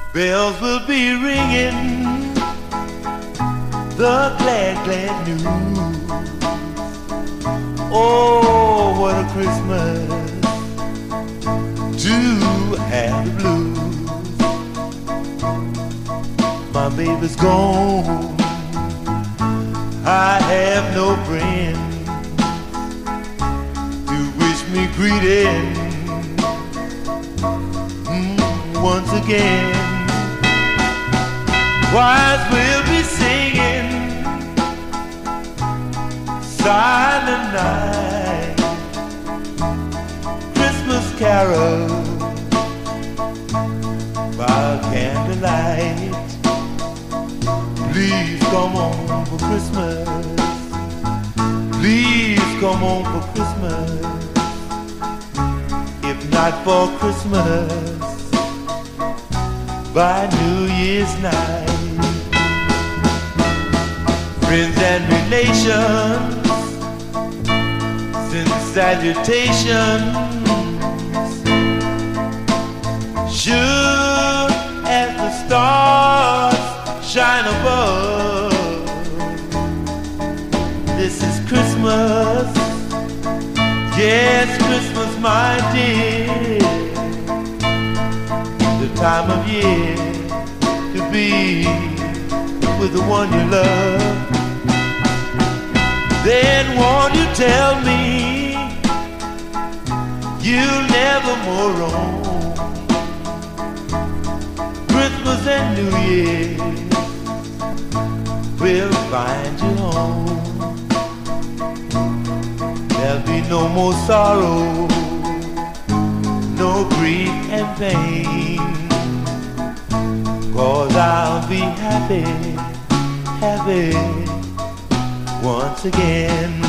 bells will be ringing the glad, glad news. Oh, what a Christmas to have the blues. My baby's gone, I have no friend to wish me greeting once again. Choirs will be singing Silent Night, Christmas carols by candlelight. Please come on for Christmas, please come on for Christmas. If not for Christmas, by New Year's night. Friends and relations send salutations, sure as the stars shine above. This is Christmas, yes, Christmas, my dear, the time of year to be with the one you love. Then won't you tell me you'll never more roam Christmas and New Year will find you home. There'll be no more sorrow, no grief and pain, 'cause I'll be happy, happy once again.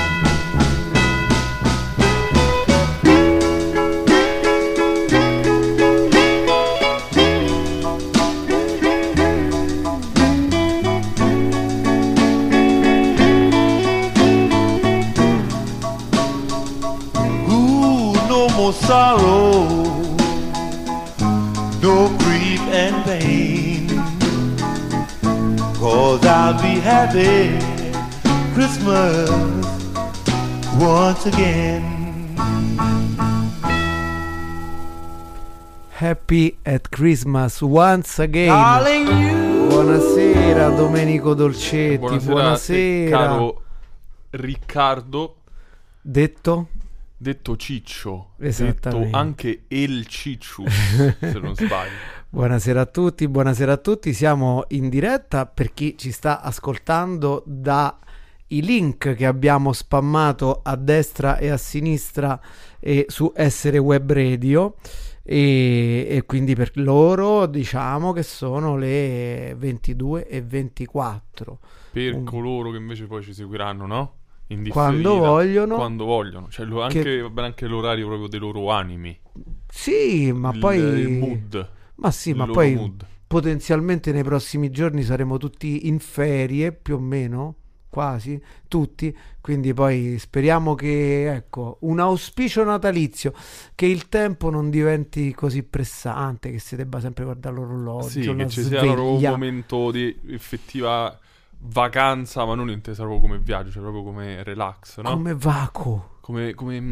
No more sorrow, no grief and pain, 'cause I'll be happy Christmas once again. Happy at Christmas once again. Darling, you. Buonasera Domenico Dolcetti. Buonasera. Caro Riccardo. Detto Ciccio, esattamente. detto anche El Cicciu, se non sbaglio. Buonasera a tutti, siamo in diretta per chi ci sta ascoltando dai link che abbiamo spammato a destra e a sinistra e su Essere Web Radio e quindi per loro diciamo che sono le 22:24. Per coloro che invece poi ci seguiranno, no? In quando vogliono, cioè anche, va bene anche l'orario proprio dei loro animi. Sì, ma poi il mood. Ma sì, ma loro poi mood. Potenzialmente nei prossimi giorni saremo tutti in ferie, più o meno, quasi tutti, quindi poi speriamo che, ecco, un auspicio natalizio, che il tempo non diventi così pressante, che si debba sempre guardare l'orologio, sì, la che ci sveglia. sia un momento di effettiva vacanza, ma non intesa proprio come viaggio, cioè proprio come relax, no? Come vaco. Come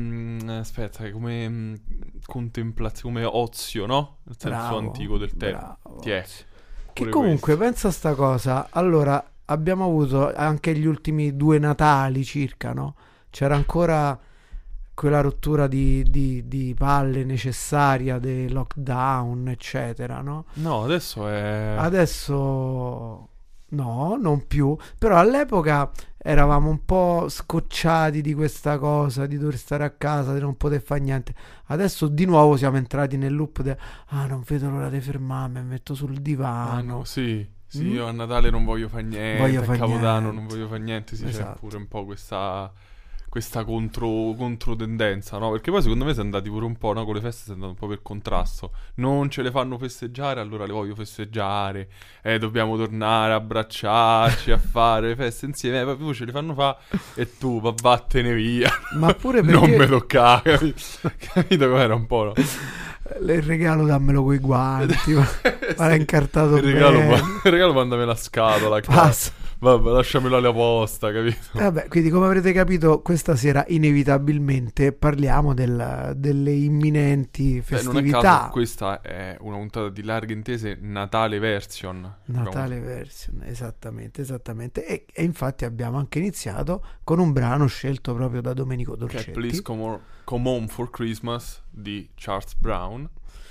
contemplazione, come ozio, no? Nel senso Bravo, antico del termine. Che comunque, pensa a sta cosa, allora, abbiamo avuto anche gli ultimi 2 Natali circa, no? C'era ancora quella rottura di palle necessaria del lockdown, eccetera, no? No, adesso è... Adesso... no, non più. Però all'epoca eravamo un po' scocciati di questa cosa, di dover stare a casa, di non poter fare niente. Adesso di nuovo siamo entrati nel loop non vedo l'ora di fermarmi, mi metto sul divano. Sì, io a Natale non voglio fare niente, a Capodanno non voglio fare niente. Sì, esatto. C'è pure un po' questa controtendenza, no? Perché poi secondo me si è andati pure un po', no? Con le feste si è andato un po' per contrasto. Non ce le fanno festeggiare, allora le voglio festeggiare. Dobbiamo tornare a abbracciarci, a fare le feste insieme. Poi ce le fanno fa e tu vattene via. Ma pure perché... non me toccare, capito com'era un po', no? Il regalo dammelo coi guanti, ma l'ha incartato il regalo mandami la scatola. Passa. Vabbè, lasciamelo alla posta, capito? Vabbè, quindi come avrete capito, questa sera inevitabilmente parliamo delle imminenti festività. Non è caso, questa è una puntata di larghe intese Natale version. Natale version, esattamente. E infatti abbiamo anche iniziato con un brano scelto proprio da Domenico Dolcetti. Che è Please Come Home for Christmas di Charles Brown.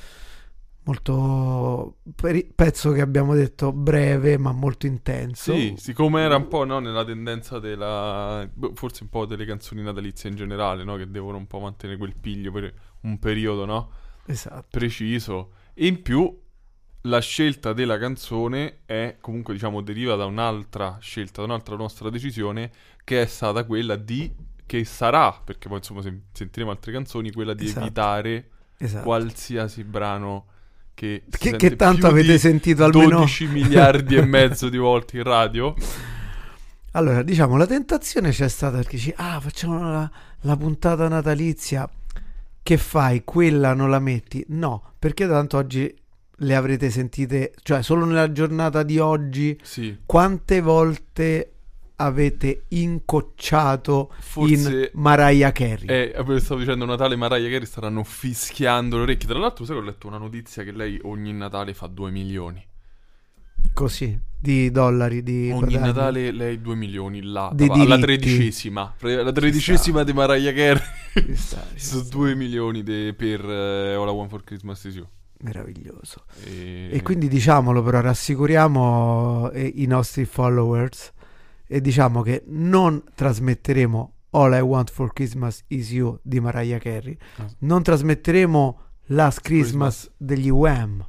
Molto pezzo che abbiamo detto breve ma molto intenso. Sì, siccome era un po', no, nella tendenza forse un po' delle canzoni natalizie in generale, no, che devono un po' mantenere quel piglio per un periodo, no? Esatto. Preciso. E in più la scelta della canzone è comunque, diciamo, deriva da un'altra scelta, da un'altra nostra decisione, che è stata quella che sarà, perché poi insomma sentiremo altre canzoni, quella di evitare qualsiasi brano che tanto avete sentito almeno 12 miliardi e mezzo di volte in radio. Allora, diciamo, la tentazione c'è stata perché dici, facciamo la puntata natalizia, che fai? Quella non la metti? No, perché tanto oggi le avrete sentite, cioè solo nella giornata di oggi, sì. Quante volte avete incocciato in Mariah Carey? Stavo dicendo Natale Mariah Carey, staranno fischiando le orecchie. Tra l'altro, sai che ho letto una notizia che lei ogni Natale fa 2 milioni. Così, di dollari di ogni guadagno. Natale lei 2 milioni là, di alla 13ª. La 13ª di Mariah Carey. Sono 2 milioni per All I Want for Christmas Is You. Meraviglioso. E quindi diciamolo, però rassicuriamo i nostri followers e diciamo che non trasmetteremo All I Want for Christmas Is You di Mariah Carey, non trasmetteremo Last Christmas degli Wham,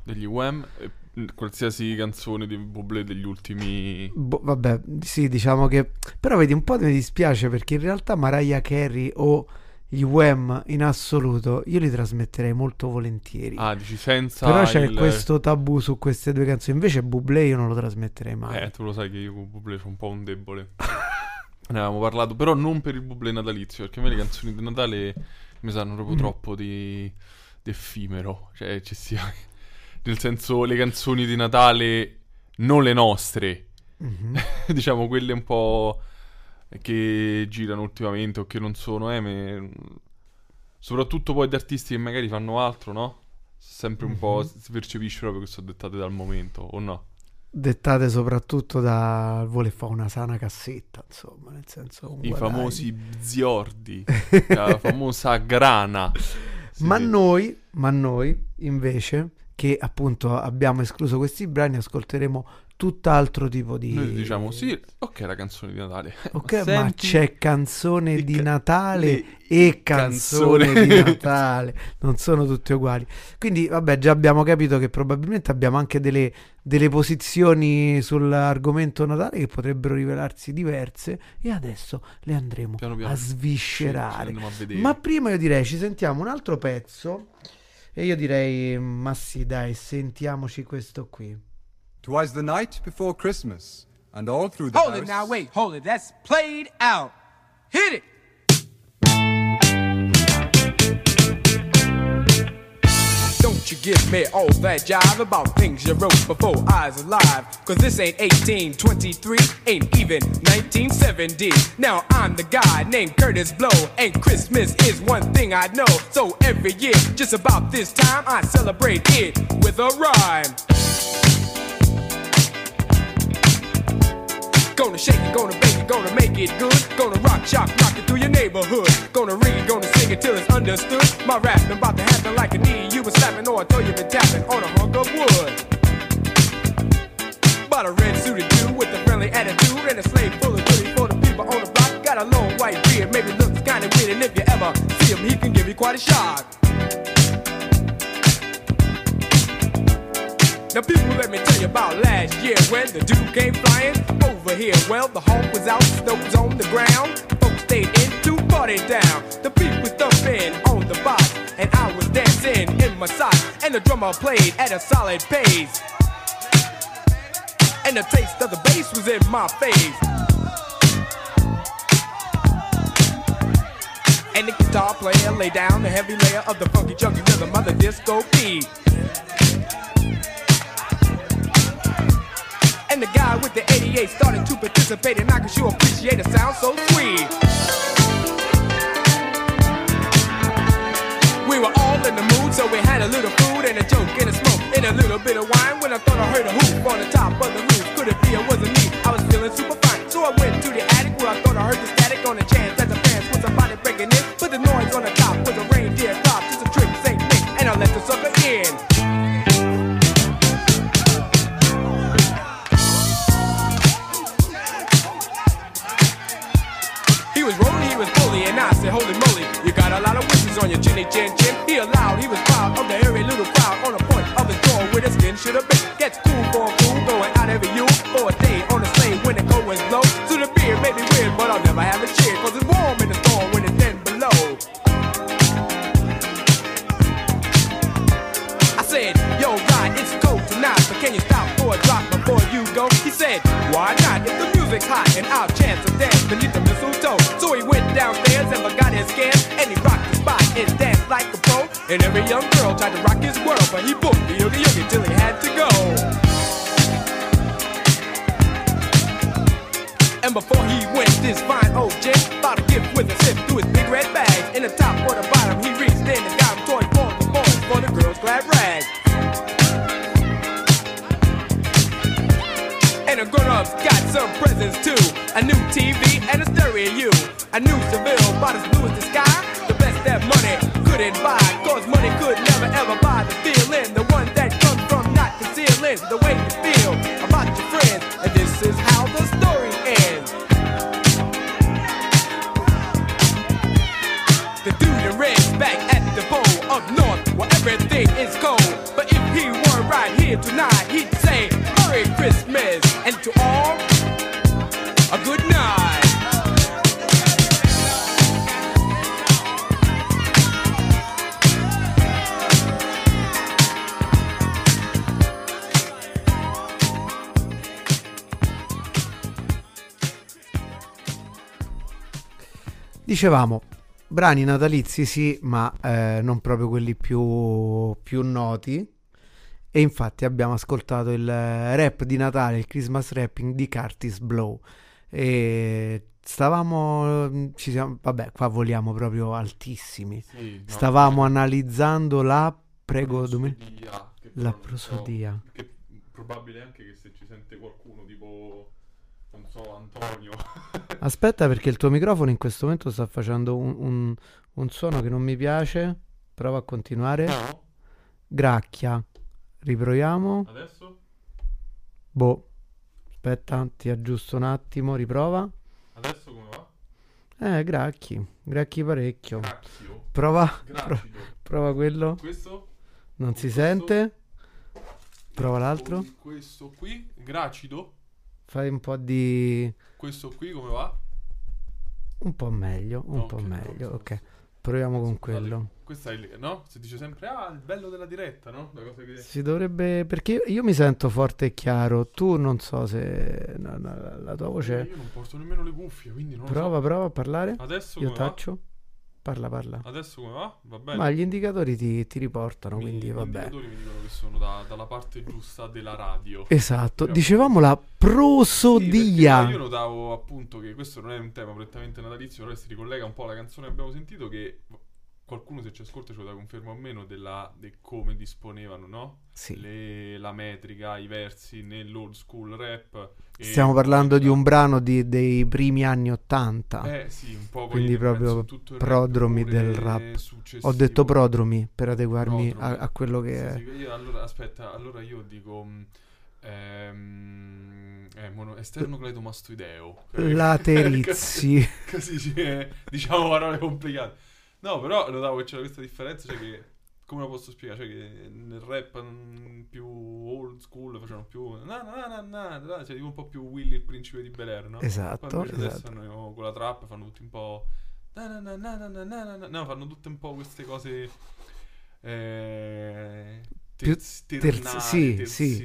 qualsiasi canzone di Bublé degli ultimi vabbè, sì, diciamo che però vedi, un po' mi dispiace perché in realtà Mariah Carey o gli Wham in assoluto io li trasmetterei molto volentieri. Dici senza. Però c'è questo tabù su queste due canzoni. Invece Bublé io non lo trasmetterei mai. Tu lo sai che io con Bublé c'ho un po' un debole. Ne avevamo parlato, però non per il Bublé natalizio, perché a me le canzoni di Natale mi sanno proprio troppo di effimero. Cioè ci sia, nel senso, le canzoni di Natale non le nostre, diciamo quelle un po' che girano ultimamente o che non sono, soprattutto poi di artisti che magari fanno altro, no? Sempre un po' si percepisce proprio che sono dettate dal momento, o no? Dettate soprattutto da vuole fare una sana cassetta, insomma, nel senso i famosi ziordi, la famosa grana. Sì. Ma noi invece, che appunto abbiamo escluso questi brani, ascolteremo tutt'altro tipo di... Noi diciamo sì, ok, la canzone di Natale. Ok, ma c'è canzone di Natale e canzone di Natale, non sono tutte uguali. Quindi vabbè, già abbiamo capito che probabilmente abbiamo anche delle posizioni sull'argomento Natale che potrebbero rivelarsi diverse e adesso le andremo piano. A sviscerare. Ma prima io direi ci sentiamo un altro pezzo e io direi, ma sì dai, sentiamoci questo qui. 'Twas the night before Christmas, and all through the house... Hold it now, wait, hold it. That's played out. Hit it! Don't you give me all that jive about things you wrote before I was alive. Cause this ain't 1823, ain't even 1970. Now I'm the guy named Curtis Blow, and Christmas is one thing I know. So every year, just about this time, I celebrate it with a rhyme. Gonna shake it, gonna bake it, gonna make it good. Gonna rock, shock, rock it through your neighborhood. Gonna read, gonna sing it till it's understood. My rapping about to happen like a knee you been slapping, or I throw you been tapping on a hunk of wood. Bought a red suited dude with a friendly attitude and a slave full of goodies for the people on the block. Got a long white beard, maybe looks kinda weird, and if you ever see him, he can give you quite a shock. Now people, let me tell you about last year when the dude came flying over here. Well, the hawk was out, snow was on the ground. Folks stayed in to party down. The beat was thumping on the box, and I was dancing in my socks. And the drummer played at a solid pace, and the taste of the bass was in my face. And the guitar player lay down the heavy layer of the funky chunky rhythm of the disco beat. And the guy with the 88 started to participate, and I could sure appreciate a sound so sweet. We were all in the mood, so we had a little food and a joke and a smoke and a little bit of wine. When I thought I heard a hoop on the top of the roof, could it be it wasn't me? I was feeling super fine, so I went to the attic where I thought I heard the static on the chance that the fans was somebody breaking in. Put the noise on the top with a reindeer drop, just a trick, Saint Nick, and I let the sucker in. He was rolling, he was bully, and I said, holy moly, you got a lot of wishes on your chinny chin chin. He allowed, he was proud of the hairy little crowd on the point of his door where the skin should have been. Gets cool for a fool, going out every you for a day on a sleigh when the cold winds blow. So the beer may be weird, but I'll never have a cheer, cause it's warm in the storm when it's 10 below. I said, yo, right, it's cold tonight, but can you stop for a drop before you go? He said, why not? If the music's hot and I'll chance a dance beneath the mistletoe. So he went downstairs and forgot his scams, and he rocked the spot and danced like a pro. And every young girl tried to rock his world, but he booked the yogi till he had to go. And before he went, this fine old gent bought a gift with a sip through his big red bag. In the top or the bottom, he reached in and got him toys for the boys, for the girls' glad rags. And the grown-ups got some presents too. A new TV and a stereo. A new Seville, about as blue as the sky. The best that money couldn't buy, cause money could never ever buy the feeling. The one that comes from not concealing the way you feel about your friends. And this is how the story ends. The dude in red's back at the pole up north where everything is cold. But if he were right here tonight, he'd say Merry Christmas, and to all a good night. Dicevamo, brani natalizi sì, ma non proprio quelli più noti. E infatti abbiamo ascoltato il rap di Natale, il Christmas rapping di Curtis Blow. E vabbè, qua voliamo proprio altissimi. Sì, no, Stavamo analizzando la prosodia, che la però non prosodia. so, che probabile anche che se ci sente qualcuno tipo, non so, Antonio. Aspetta, perché il tuo microfono in questo momento sta facendo un suono che non mi piace. Prova a continuare. No? Gracchia. Riproviamo. Adesso? Boh. Aspetta, ti aggiusto un attimo, riprova. Adesso come va? Gracchi parecchio. Gracchio? Prova Gracido. prova quello. Questo? Non si Questo? sente. Prova l'altro. Questo qui? Gracido? Fai un po' di... Questo qui come va? un po' meglio, Ok, meglio, no, ok. Proviamo con scusate, quello. Questa è no? Si dice sempre il bello della diretta, no? La cosa che... Si dovrebbe... perché io mi sento forte e chiaro. Tu non so se... la tua voce... Io non porto nemmeno le cuffie, quindi non lo so. Prova a parlare. Adesso Io come va? taccio. Parla. Adesso come va? Va bene. Ma gli indicatori ti riportano, quindi Gli vabbè. indicatori mi dicono che sono dalla parte giusta della radio. Esatto, Diciamo. dicevamo la Sì, perché prosodia. io notavo appunto che questo non è un tema prettamente natalizio, però si ricollega un po' alla canzone che abbiamo sentito, che qualcuno, se ci ascolta, ce lo dà conferma o meno di come disponevano, no? Sì. La metrica, i versi nell'old school rap. Stiamo parlando di un brano dei primi anni '80. Sì, un po' Quindi poi proprio penso tutto il prodromi rap del rap. successivo. Ho detto prodromi per adeguarmi Prodromi. a quello che è. Sì, io, allora io dico esterno cleidomastoideo. Laterizi. Così diciamo parole complicate. No, però notavo che c'era questa differenza, cioè che, come lo posso spiegare? Cioè che nel rap più old school facevano più cioè tipo un po' più Willy il principe di Bel-Air, no? Esatto, Poi invece esatto. adesso con la trap fanno tutti un po' no, fanno tutte un po' queste cose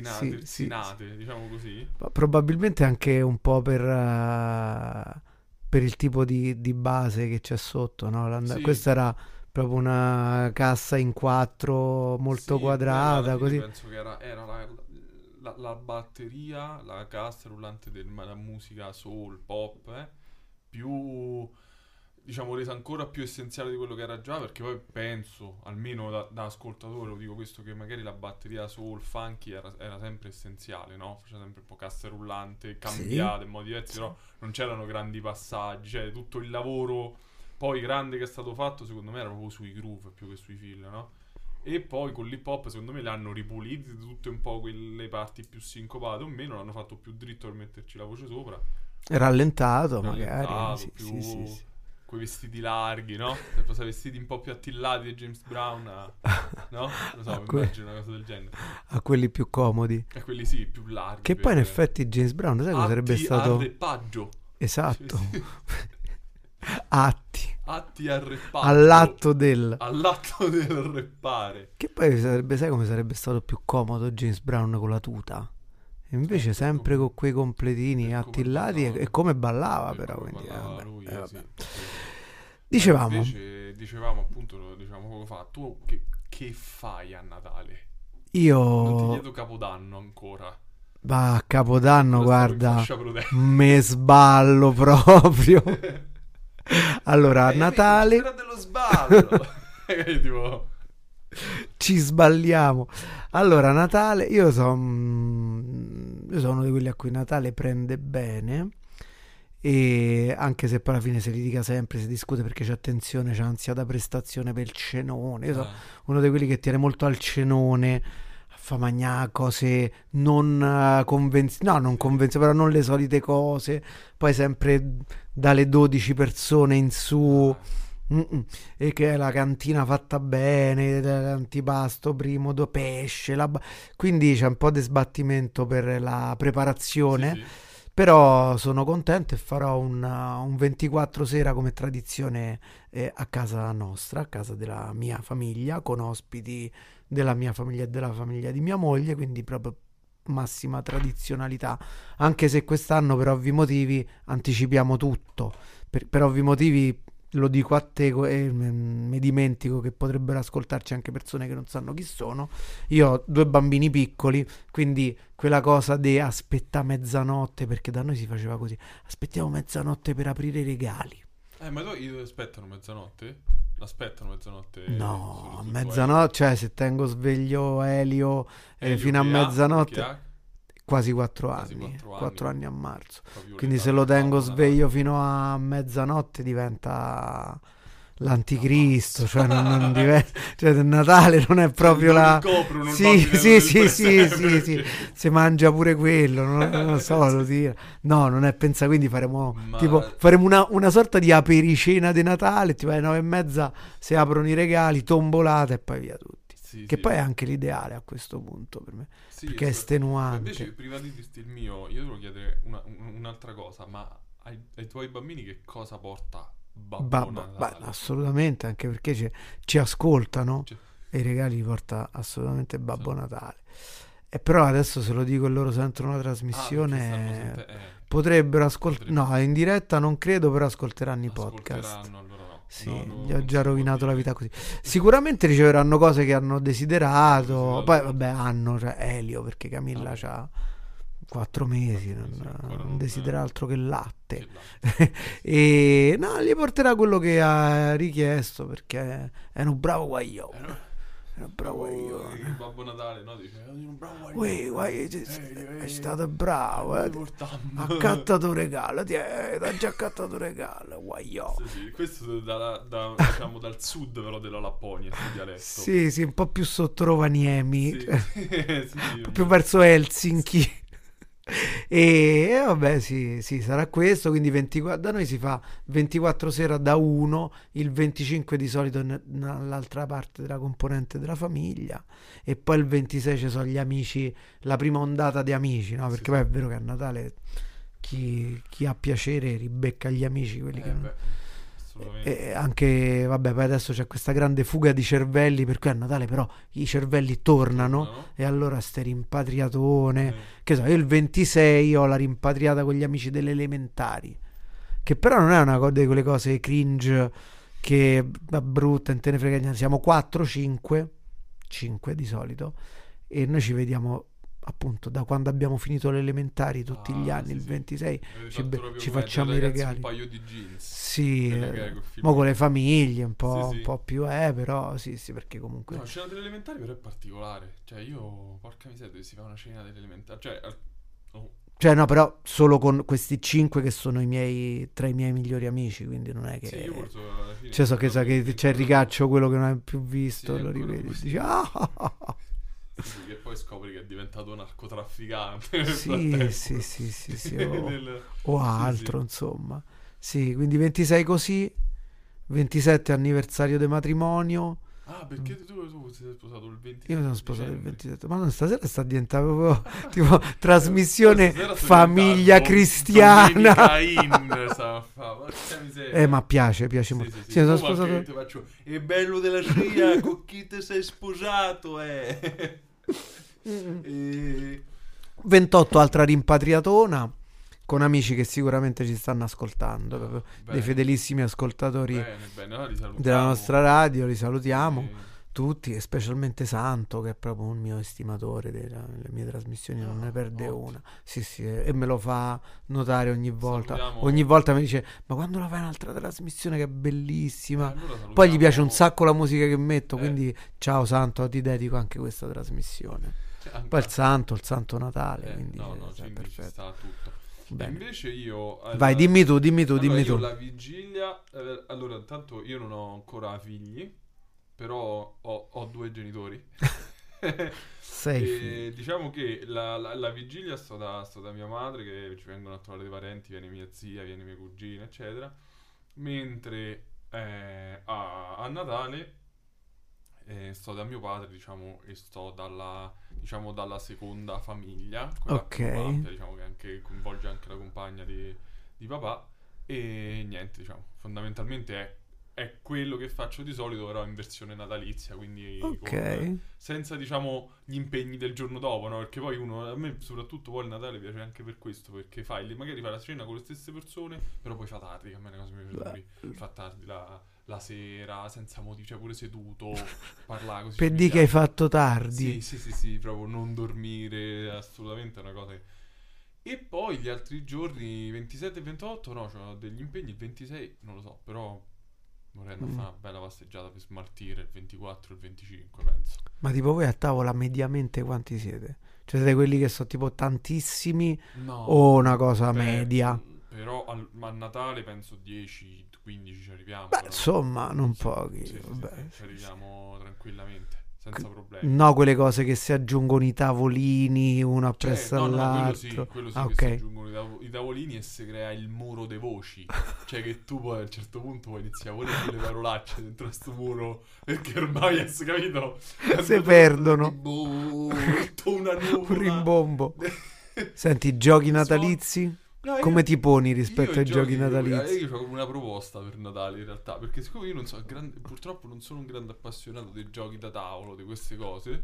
sì. diciamo così. Probabilmente anche un po' per per il tipo di base che c'è sotto, no? Sì. Questa era proprio una cassa in 4 molto Sì, quadrata, alla fine così. penso che era la batteria, la cassa rullante della musica soul, pop, più, diciamo, resa ancora più essenziale di quello che era già, perché poi penso, almeno da ascoltatore, lo dico questo, che magari la batteria soul, funky era sempre essenziale, no? Faceva sempre un po' cassa rullante, cambiate in modi diversi, però non c'erano grandi passaggi, cioè tutto il lavoro poi grande che è stato fatto, secondo me, era proprio sui groove più che sui fill, no? E poi con l'hip hop, secondo me, le hanno ripuliti tutte un po' quelle parti più sincopate o meno, l'hanno fatto più dritto per metterci la voce sopra. Rallentato magari. Rallentato, Sì, più sì, sì, sì. quei vestiti larghi, no? Se fosse vestiti un po' più attillati di James Brown, no? Non lo so, mi immagino una cosa del genere. A quelli più comodi. E quelli sì, più larghi. Che poi in effetti James Brown, sai cosa sarebbe stato? Arreppaggio. Esatto. Sì. Atti Arreppaggio. all'atto del. All'atto del reppare. Che poi sarebbe, sai come sarebbe stato più comodo James Brown con la tuta? E invece sempre con quei completini come attillati ballava. e come ballava E però. come Quindi, ballava vabbè, lui, vabbè. sì. Dicevamo, Invece, dicevamo appunto, lo dicevamo poco fa, tu che fai a Natale? Non ti io chiedo Capodanno ancora. a Capodanno, Ancora stiamo in guarda, fascia protetta. me sballo proprio. Allora, a Natale Era dello sballo. Tipo, ci sballiamo. Allora, a Natale, io sono uno di quelli a cui Natale prende bene, e anche se poi alla fine si litiga sempre, si discute perché c'è attenzione, c'è ansia da prestazione per il cenone. Io sono uno di quelli che tiene molto al cenone, fa mangiare cose non convenzionali, non convenzionali, però non le solite cose, poi sempre dalle 12 persone in su. E che è la cantina fatta bene, l'antipasto primo, pesce, quindi c'è un po' di sbattimento per la preparazione. sì, sì. Però sono contento e farò un 24 sera come tradizione a casa nostra, a casa della mia famiglia, con ospiti della mia famiglia e della famiglia di mia moglie, quindi proprio massima tradizionalità, anche se quest'anno per ovvi motivi anticipiamo tutto, per ovvi motivi. Lo dico a te e mi dimentico che potrebbero ascoltarci anche persone che non sanno chi sono. Io ho 2 bambini piccoli, quindi quella cosa di aspetta mezzanotte, perché da noi si faceva così, aspettiamo mezzanotte per aprire i regali. Ma io aspettano mezzanotte? L'aspettano mezzanotte? No, mezzanotte, cioè se tengo sveglio Elio fino a che ha? mezzanotte, Che ha? quasi 4 Quasi anni, 4 4 anni a marzo. Proprio Quindi l'età se lo del tengo Babbo sveglio fino a mezzanotte diventa l'anticristo, cioè non diventa, cioè il Natale non è proprio non la ricoprono il sì, babbinello sì, del sì, sì, presepe, sì, perché- si mangia pure quello, non lo so, lo dire. No, non è pensa, quindi faremo Ma- tipo faremo una sorta di apericena di Natale, tipo alle 9:30 si aprono i regali, tombolata e poi via tutti. Sì, Che sì. poi è anche l'ideale a questo punto per me, Sì, perché è esatto. estenuante. Invece, prima di dirti il mio, io devo chiedere un'altra cosa, ma ai tuoi bambini che cosa porta Babbo Natale? Assolutamente, anche perché ci ascoltano Cioè, e i regali li porta assolutamente Babbo Natale. E però adesso se lo dico e loro sentono la perché trasmissione, stanno potrebbero ascoltare. No, in diretta non credo, però ascolteranno i podcast. ascolteranno, allora no. Sì, No, gli ho non già si può rovinato la dire. vita così. Sicuramente riceveranno cose che hanno desiderato. Desiderato. Poi vabbè, hanno, cioè Elio, perché Camilla Ah. ha 4 mesi, Ancora non non- desidera altro che latte. Che là. E no, gli porterà quello che ha richiesto, perché è un bravo guaglione. È un bravo Il guaglione. Babbo Natale, no? Dice, un bravo Uè, è stato bravo, Dove eh. portammo? Ha accattato un regalo, ti ha già accattato un regalo, guaglione. Sì, sì, questo diciamo dal sud però della Lapponia, sto dialetto. Sì, sì, un po' più sotto Rovaniemi, Sì, cioè, sì, un po' più verso Helsinki. E vabbè, sì, sarà questo. Quindi 24, da noi si fa 24 sera da uno, il 25 di solito nell'altra parte della componente della famiglia, e poi il 26 ci sono gli amici, la prima ondata di amici, no? Perché Sì, poi sì. è vero che a Natale chi ha piacere ribecca gli amici, quelli che non. Beh, assolutamente. E anche, vabbè, poi adesso c'è questa grande fuga di cervelli, per cui a Natale però i cervelli tornano. No? E allora stai rimpatriatone. Che so, io il 26 ho la rimpatriata con gli amici delle elementari, che però non è una di quelle cose cringe che brutta, non te ne frega niente. Siamo 4-5 di solito, e noi ci vediamo appunto da quando abbiamo finito le elementari tutti gli anni, sì, il sì. 26 Avete fatto proprio ci come facciamo dei i ragazzi, regali. un paio di jeans. Sì, Quelle che- col film. mo con le famiglie un po', Sì, sì. un po' più però sì, perché comunque No, scena delle elementari però è particolare. Cioè io, porca miseria, dove si fa una scena delle elementari. Cioè, cioè no, però solo con questi 5 che sono tra i miei migliori amici, quindi non è che sì, io forse alla fine... cioè, so che c'è il ricaccio, quello che non hai più visto, Sì, lo ancora rivedi e così. dici Sì, che poi scopri che è diventato narcotrafficante nel sì, frattempo. sì, Nel- o sì, altro, sì. insomma. Sì, quindi 26 così, 27 anniversario di matrimonio. Ah, perché tu ti sei sposato il 27 Io mi sono sposato il dicembre? 27, ma non, stasera sta diventando proprio tipo trasmissione Stasera sto famiglia diventando cristiana. Domenica in, stava a fa, porca miseria. Ma piace molto. Sì, mi sono Tu, ma sposato. che ti faccio, è bello della scia, con chi ti sei sposato, E... 28 altra rimpatriatona con amici che sicuramente ci stanno ascoltando, proprio bene. dei fedelissimi ascoltatori Bene, allora li salutiamo. della nostra radio, li salutiamo Sì. tutti, e specialmente Santo, che è proprio un mio estimatore delle mie trasmissioni, non ne perde ottimo. una. Sì, e me lo fa notare ogni volta. Salutiamo- Ogni volta mi dice: ma quando la fai un'altra trasmissione che è bellissima? Allora salutiamo- Poi gli piace un sacco la musica che metto, Eh. quindi ciao Santo, ti dedico anche questa trasmissione. Anche- Poi il Santo Natale, quindi no, cioè, quindi ci perfetto. sta tutto. Bene. Invece io... Vai, dimmi tu. Allora, io la vigilia... allora, intanto io non ho ancora figli, però ho 2 genitori. Sei E figli. diciamo che la vigilia sto da mia madre, che ci vengono a trovare dei parenti, viene mia zia, viene mia cugina, eccetera. Mentre a Natale sto da mio padre, diciamo, e sto dalla seconda famiglia, quella Ok. più ampia, diciamo, che anche coinvolge anche la compagna di papà. E niente, diciamo, fondamentalmente è quello che faccio di solito, però in versione natalizia, quindi Ok. senza, diciamo, gli impegni del giorno dopo, no? Perché poi a me soprattutto poi il Natale piace anche per questo, perché magari fai la cena con le stesse persone, però poi fa tardi, che a me è una cosa che mi piace di più. Fa tardi la sera, senza motivo, cioè pure seduto, parlare così. Per mi dire che hai piace. fatto tardi. Sì, proprio non dormire, assolutamente è una cosa che... E poi gli altri giorni, 27 e 28, no, ho degli impegni, il 26 non lo so, però vorrei andare a fare una bella passeggiata per smaltire il 24 e il 25, penso. Ma tipo voi a tavola mediamente quanti siete? Cioè siete quelli che sono tipo tantissimi No, o una cosa beh, media? Però ma a Natale penso 10, 15 ci arriviamo. Beh, però. insomma, non Sì, pochi. sì, Vabbè. ci arriviamo tranquillamente, senza problemi. No, quelle cose che si aggiungono i tavolini uno appresso No, all'altro. quello sì Ah, che si ok. aggiungono i tavolini e si crea il muro dei voci. Cioè che tu poi a un certo punto puoi iniziare a volere le parolacce dentro a sto muro, perché ormai hai capito? Si perdono. Tutto una nuvola. Un rimbombo. Senti, giochi natalizi? No, Come ti poni rispetto io ai giochi Io natalizi? ho una proposta per Natale in realtà, perché siccome io non so, purtroppo non sono un grande appassionato dei giochi da tavolo, di queste cose.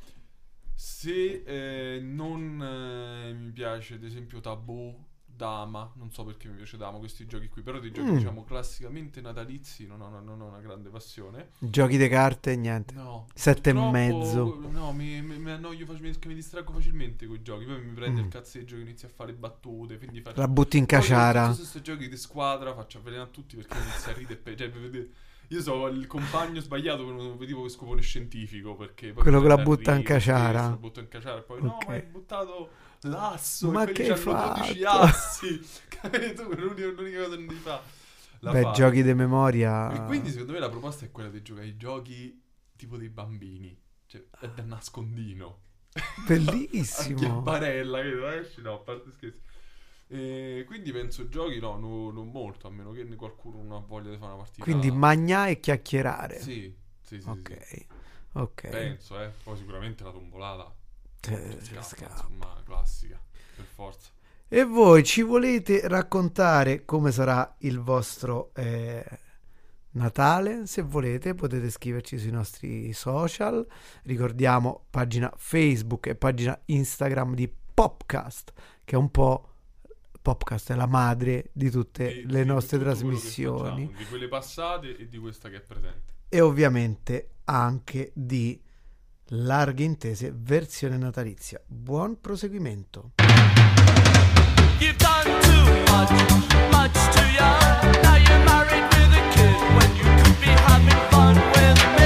Se non mi piace ad esempio Tabù, Dama, non so perché mi piace Dama, questi giochi qui, però dei giochi diciamo classicamente natalizi non ho una grande passione. Giochi di carte? Niente. No, 7,5. purtroppo, no, mi annoio facilmente, mi distraggo facilmente con i giochi. Poi mi prende il cazzeggio che inizia a fare battute, quindi faccio... La butti in Poi caciara. tutti questi giochi di squadra faccio avvelenare a tutti perché inizia a ridere. Cioè, io so il compagno sbagliato che non vedevo che scopone scientifico, perché poi Quello mi che la prende a butta in ridere, caciara. sì, lo butto in caciara e poi no, Ok. ma hai buttato l'asso Ma e quelli che hai c'hanno 12 fatto? assi. Capito? L'unica cosa che non devi fare. La Beh, fai. giochi di memoria. E quindi secondo me la proposta è quella di giocare ai giochi tipo dei bambini, cioè è da nascondino. A Bellissimo. chiapparella, che esci, no, a parte scherzi. E quindi penso giochi no, non molto, a meno che qualcuno non ha voglia di fare una partita. Quindi magnà e chiacchierare. Sì. Ok. Ok. Penso, poi sicuramente la tombolata. Scappa. Insomma, classica, per forza. E voi ci volete raccontare come sarà il vostro Natale? Se volete potete scriverci sui nostri social. Ricordiamo pagina Facebook e pagina Instagram di Popcast, che è un po' podcast è la madre di tutte le nostre trasmissioni, di quelle passate e di questa che è presente, e ovviamente anche di Larghe Intese versione natalizia. Buon proseguimento. You've done too much too young. Now you're married with a kid when you could be having fun with me.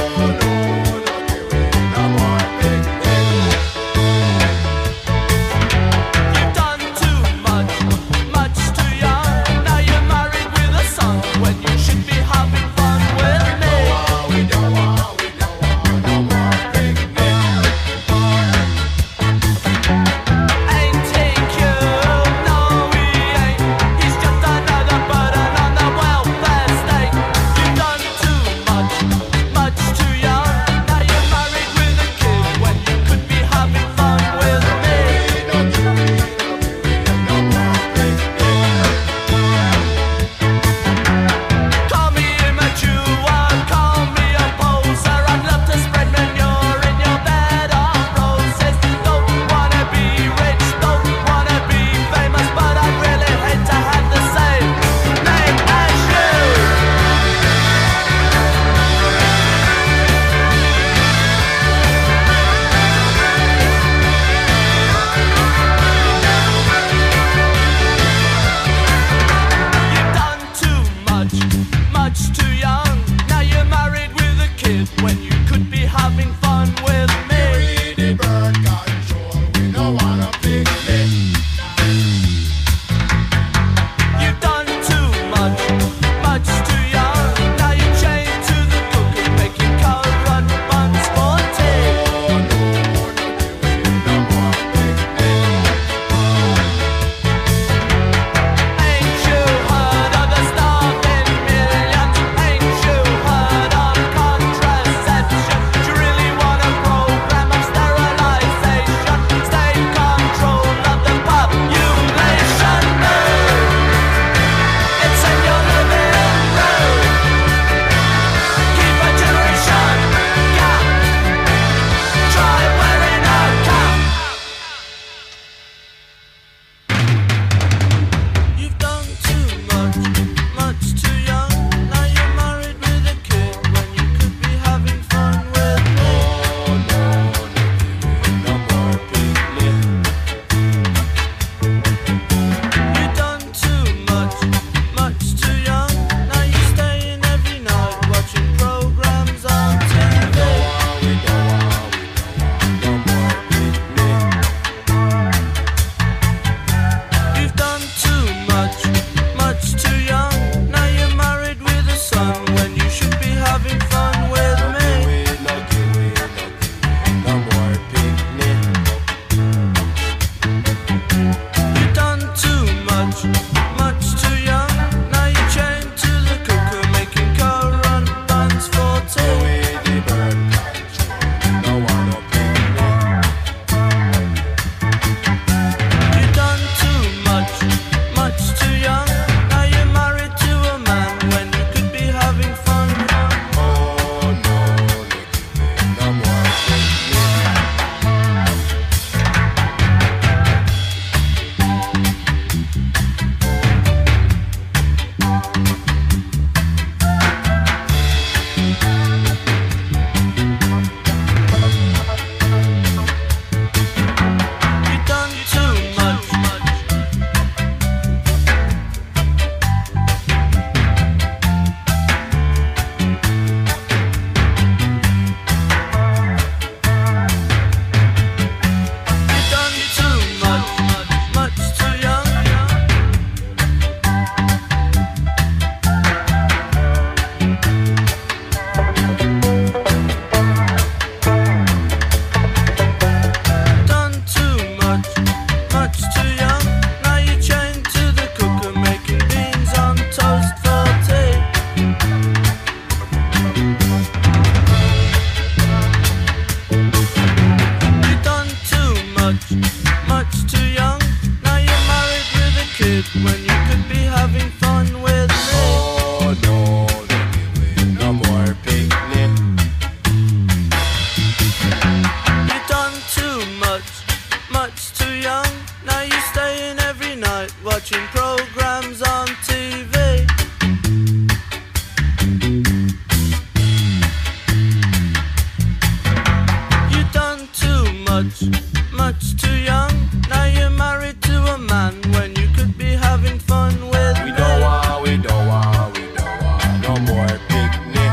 You've done too much too young. Now you're married with a son when you should be having fun with me. Ain't take you, no he ain't. He's just another burden on the well. much, much too young. Now you're married to a man when you could be having fun with We me. don't want, we don't want, we don't want no more picnic.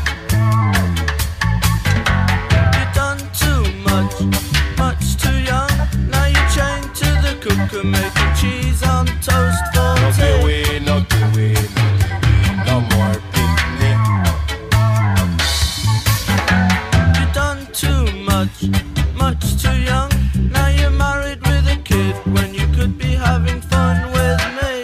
You've done too much, much too young. Now you're chained to the cooker, making cheese on toast for No tea. kiwi, no kiwi, no more picnic. You've done too much, much too young. Now you're married with a kid when you could be having fun with me.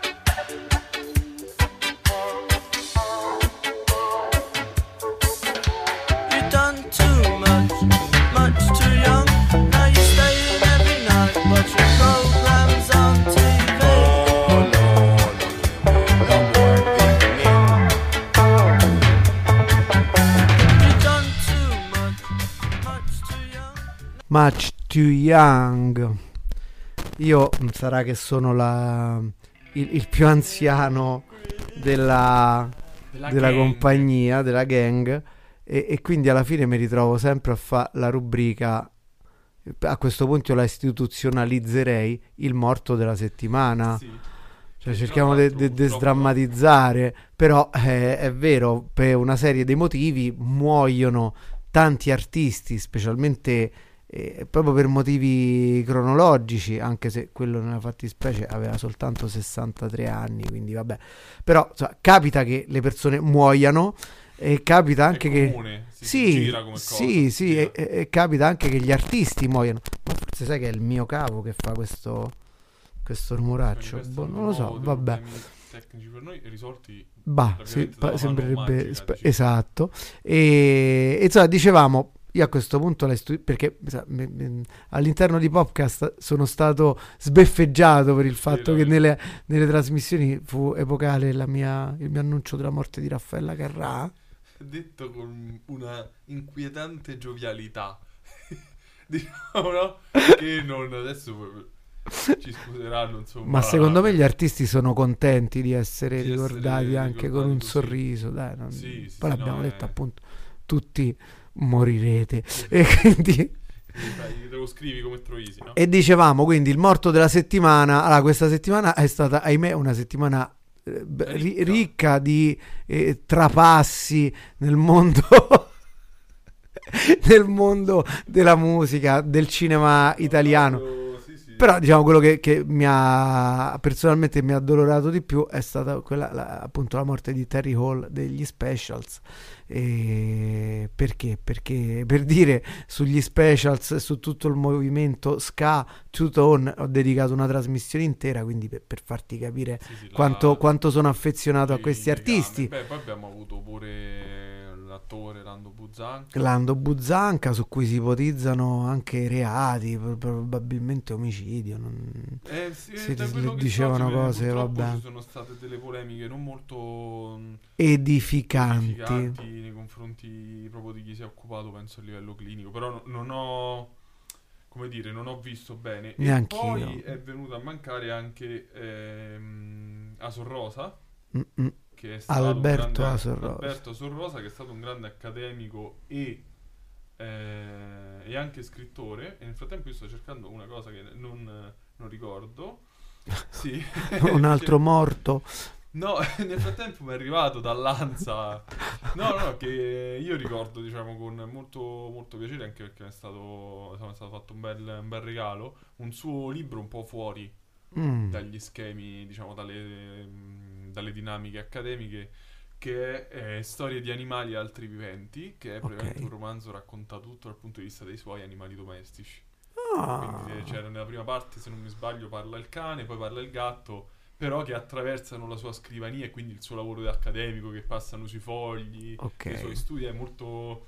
You've done too much, much too young. Now you're staying every night watching programs on TV. Oh no, no more picnic. You've done too much too young. Much Too Young. Io sarà che sono il più anziano della gang. compagnia, della gang, e quindi alla fine mi ritrovo sempre a fare la rubrica. A questo punto io la istituzionalizzerei, il morto della settimana. Sì. Cioè, Tra cerchiamo l'altro, di purtroppo, sdrammatizzare, però è vero, per una serie di motivi muoiono tanti artisti, specialmente proprio per motivi cronologici, anche se quello nella fattispecie aveva soltanto 63 anni, quindi vabbè. Però insomma, capita che le persone muoiano e capita anche è che... comune, si Sì, gira come cosa, sì, si sì, gira. e capita anche che gli artisti muoiano. Ma forse sai che è il mio cavo che fa questo rumoraccio. Quindi Boh, questo non lo è so, uno dei vabbè. problemi tecnici per noi risolti. Bah, sì, ovviamente dalla mano sembrerebbe magica, diciamo. esatto. E insomma, dicevamo, io a questo punto perché all'interno di podcast sono stato sbeffeggiato per il fatto che nelle trasmissioni fu epocale il mio annuncio della morte di Raffaella Carrà. Detto con una inquietante giovialità. Diciamo, no? Che non adesso ci scuseranno, insomma. Ma secondo me gli artisti sono contenti di essere Di essere ricordati anche con ricordati un così. sorriso, dai, Sì, sì, poi sì, l'abbiamo no, detto è- appunto, tutti morirete. E quindi Te lo scrivi come Troisi, no? e dicevamo quindi il morto della settimana. Allora, questa settimana è stata, ahimè, una settimana ricca di trapassi nel mondo nel mondo della musica, del cinema italiano. Sì, sì. Però diciamo quello che personalmente mi ha addolorato di più è stata appunto la morte di Terry Hall degli Specials. Perché? Perché per dire, sugli Specials e su tutto il movimento ska two tone ho dedicato una trasmissione intera, quindi per farti capire Sì, sì, quanto sono affezionato a questi i legami. artisti. Beh, poi abbiamo avuto pure l'attore Lando Buzzanca. Lando Buzzanca, su cui si ipotizzano anche reati, probabilmente omicidio. Sì, si da quello che dicevano so, cose, purtroppo vabbè, ci sono state delle polemiche non molto edificanti. edificanti nei confronti proprio di chi si è occupato, penso a livello clinico, però non ho, come dire, non ho visto bene. Neanch'io. E poi è venuto a mancare anche Asor Rosa, Mm-mm. che è stato Alberto un grande, Asor Rosa. Alberto Asor Rosa, che è stato un grande accademico e anche scrittore. E nel frattempo io sto cercando una cosa che non ricordo. Sì. Un altro morto. No, nel frattempo mi è arrivato dall'Ansa. No, che io ricordo, diciamo, con molto, molto piacere, anche perché è stato fatto un bel regalo, un suo libro un po' fuori dagli schemi, diciamo, dalle dinamiche accademiche, che è Storie di animali e altri viventi, che è praticamente un romanzo racconta tutto dal punto di vista dei suoi animali domestici. Quindi c'era nella prima parte, se non mi sbaglio, parla il cane, poi parla il gatto, però che attraversano la sua scrivania e quindi il suo lavoro accademico, che passano sui fogli, i suoi studi. È molto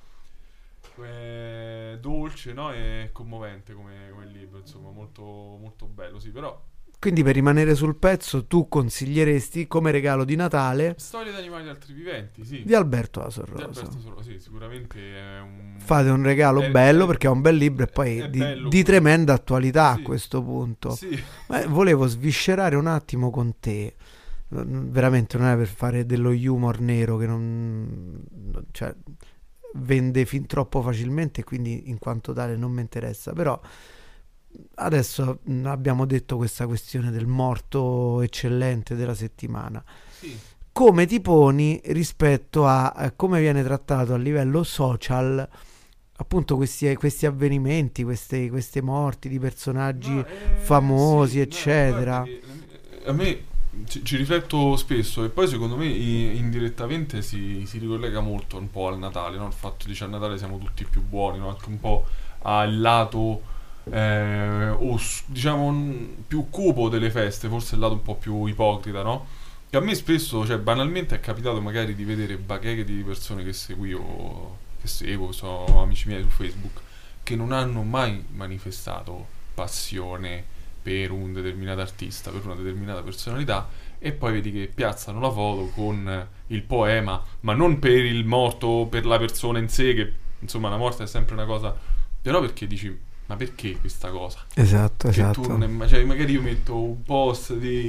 dolce, no? E commovente come libro, insomma, molto, molto bello, sì, però... Quindi, per rimanere sul pezzo, tu consiglieresti come regalo di Natale Storie di animali e altri viventi, sì. di Alberto Asor Di Rosa. Alberto Soro, sì, sicuramente è un... Fate un regalo bello, perché è un bel libro e poi è di bello, tremenda attualità, sì, a questo punto. Sì. Ma volevo sviscerare un attimo con te. Veramente non è per fare dello humor nero, che non... Cioè, vende fin troppo facilmente, quindi in quanto tale non mi interessa. Però adesso abbiamo detto questa questione del morto eccellente della settimana. Sì. Come ti poni rispetto a come viene trattato a livello social appunto questi avvenimenti, queste morti di personaggi famosi, sì, no, eccetera? guarda che a me ci rifletto spesso e poi secondo me indirettamente si ricollega molto un po' al Natale, no? Il fatto di a Natale siamo tutti più buoni, no? Anche un po' al lato diciamo più cupo delle feste, forse il lato un po' più ipocrita, no? Che a me spesso, cioè banalmente è capitato magari di vedere bacheche di persone che seguo, sono amici miei su Facebook, che non hanno mai manifestato passione per un determinato artista, per una determinata personalità, e poi vedi che piazzano la foto con il poema, ma non per il morto, per la persona in sé, che insomma la morte è sempre una cosa, però perché dici, ma perché questa cosa? Esatto, Che esatto. tu non è, cioè magari io metto un post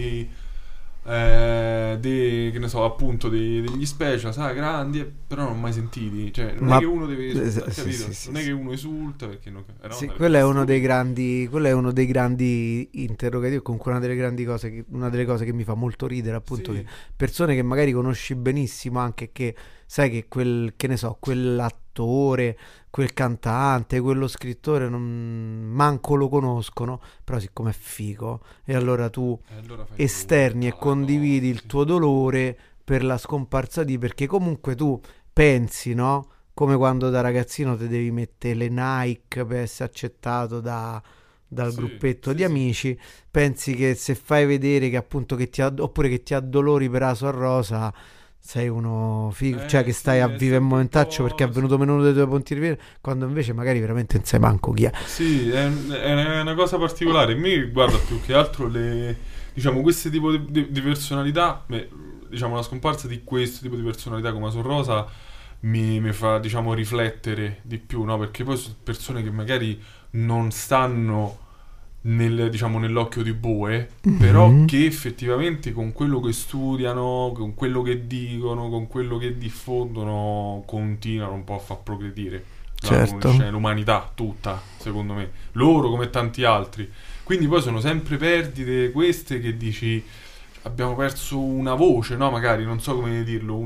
che ne so, appunto degli special, sai, grandi, però non ho mai sentiti, cioè non Ma- è che uno deve esultare, sì, capito? sì, sì, Non è sì. che uno esulta perché non, no, Sì, sarebbe quello è uno stupido. dei grandi, quello è uno dei grandi interrogativi, comunque una delle grandi cose, una delle cose che mi fa molto ridere, appunto, Sì. che persone che magari conosci benissimo, anche che sai che che ne so, quell'attore, quel cantante, quello scrittore manco lo conoscono, però siccome è figo, e allora tu E allora fai esterni e tutta la condividi cosa, il tuo dolore per la scomparsa di, perché comunque tu pensi, no? Come quando da ragazzino ti devi mettere le Nike per essere accettato dal Sì, gruppetto sì, di sì. amici, pensi che se fai vedere che appunto oppure che ti addolori per Aso a Rosa, sei uno figo, cioè che Sì, stai a è vivere il sempre un momentaccio perché è po', venuto meno uno dei tuoi punti di vista, quando invece magari veramente non sai manco chi è. sì, è una cosa particolare. Mi riguarda più che altro diciamo, questo tipo di personalità, diciamo, la scomparsa di questo tipo di personalità come Aso Rosa mi fa, diciamo, riflettere di più, no? Perché poi sono persone che magari non stanno diciamo, nell'occhio di bue, però Mhm. che effettivamente con quello che studiano, con quello che dicono, con quello che diffondono, continuano un po' a far progredire Certo. l'umanità tutta, secondo me. Loro come tanti altri. Quindi poi sono sempre perdite queste che dici abbiamo perso una voce, no? Magari, non so come dirlo,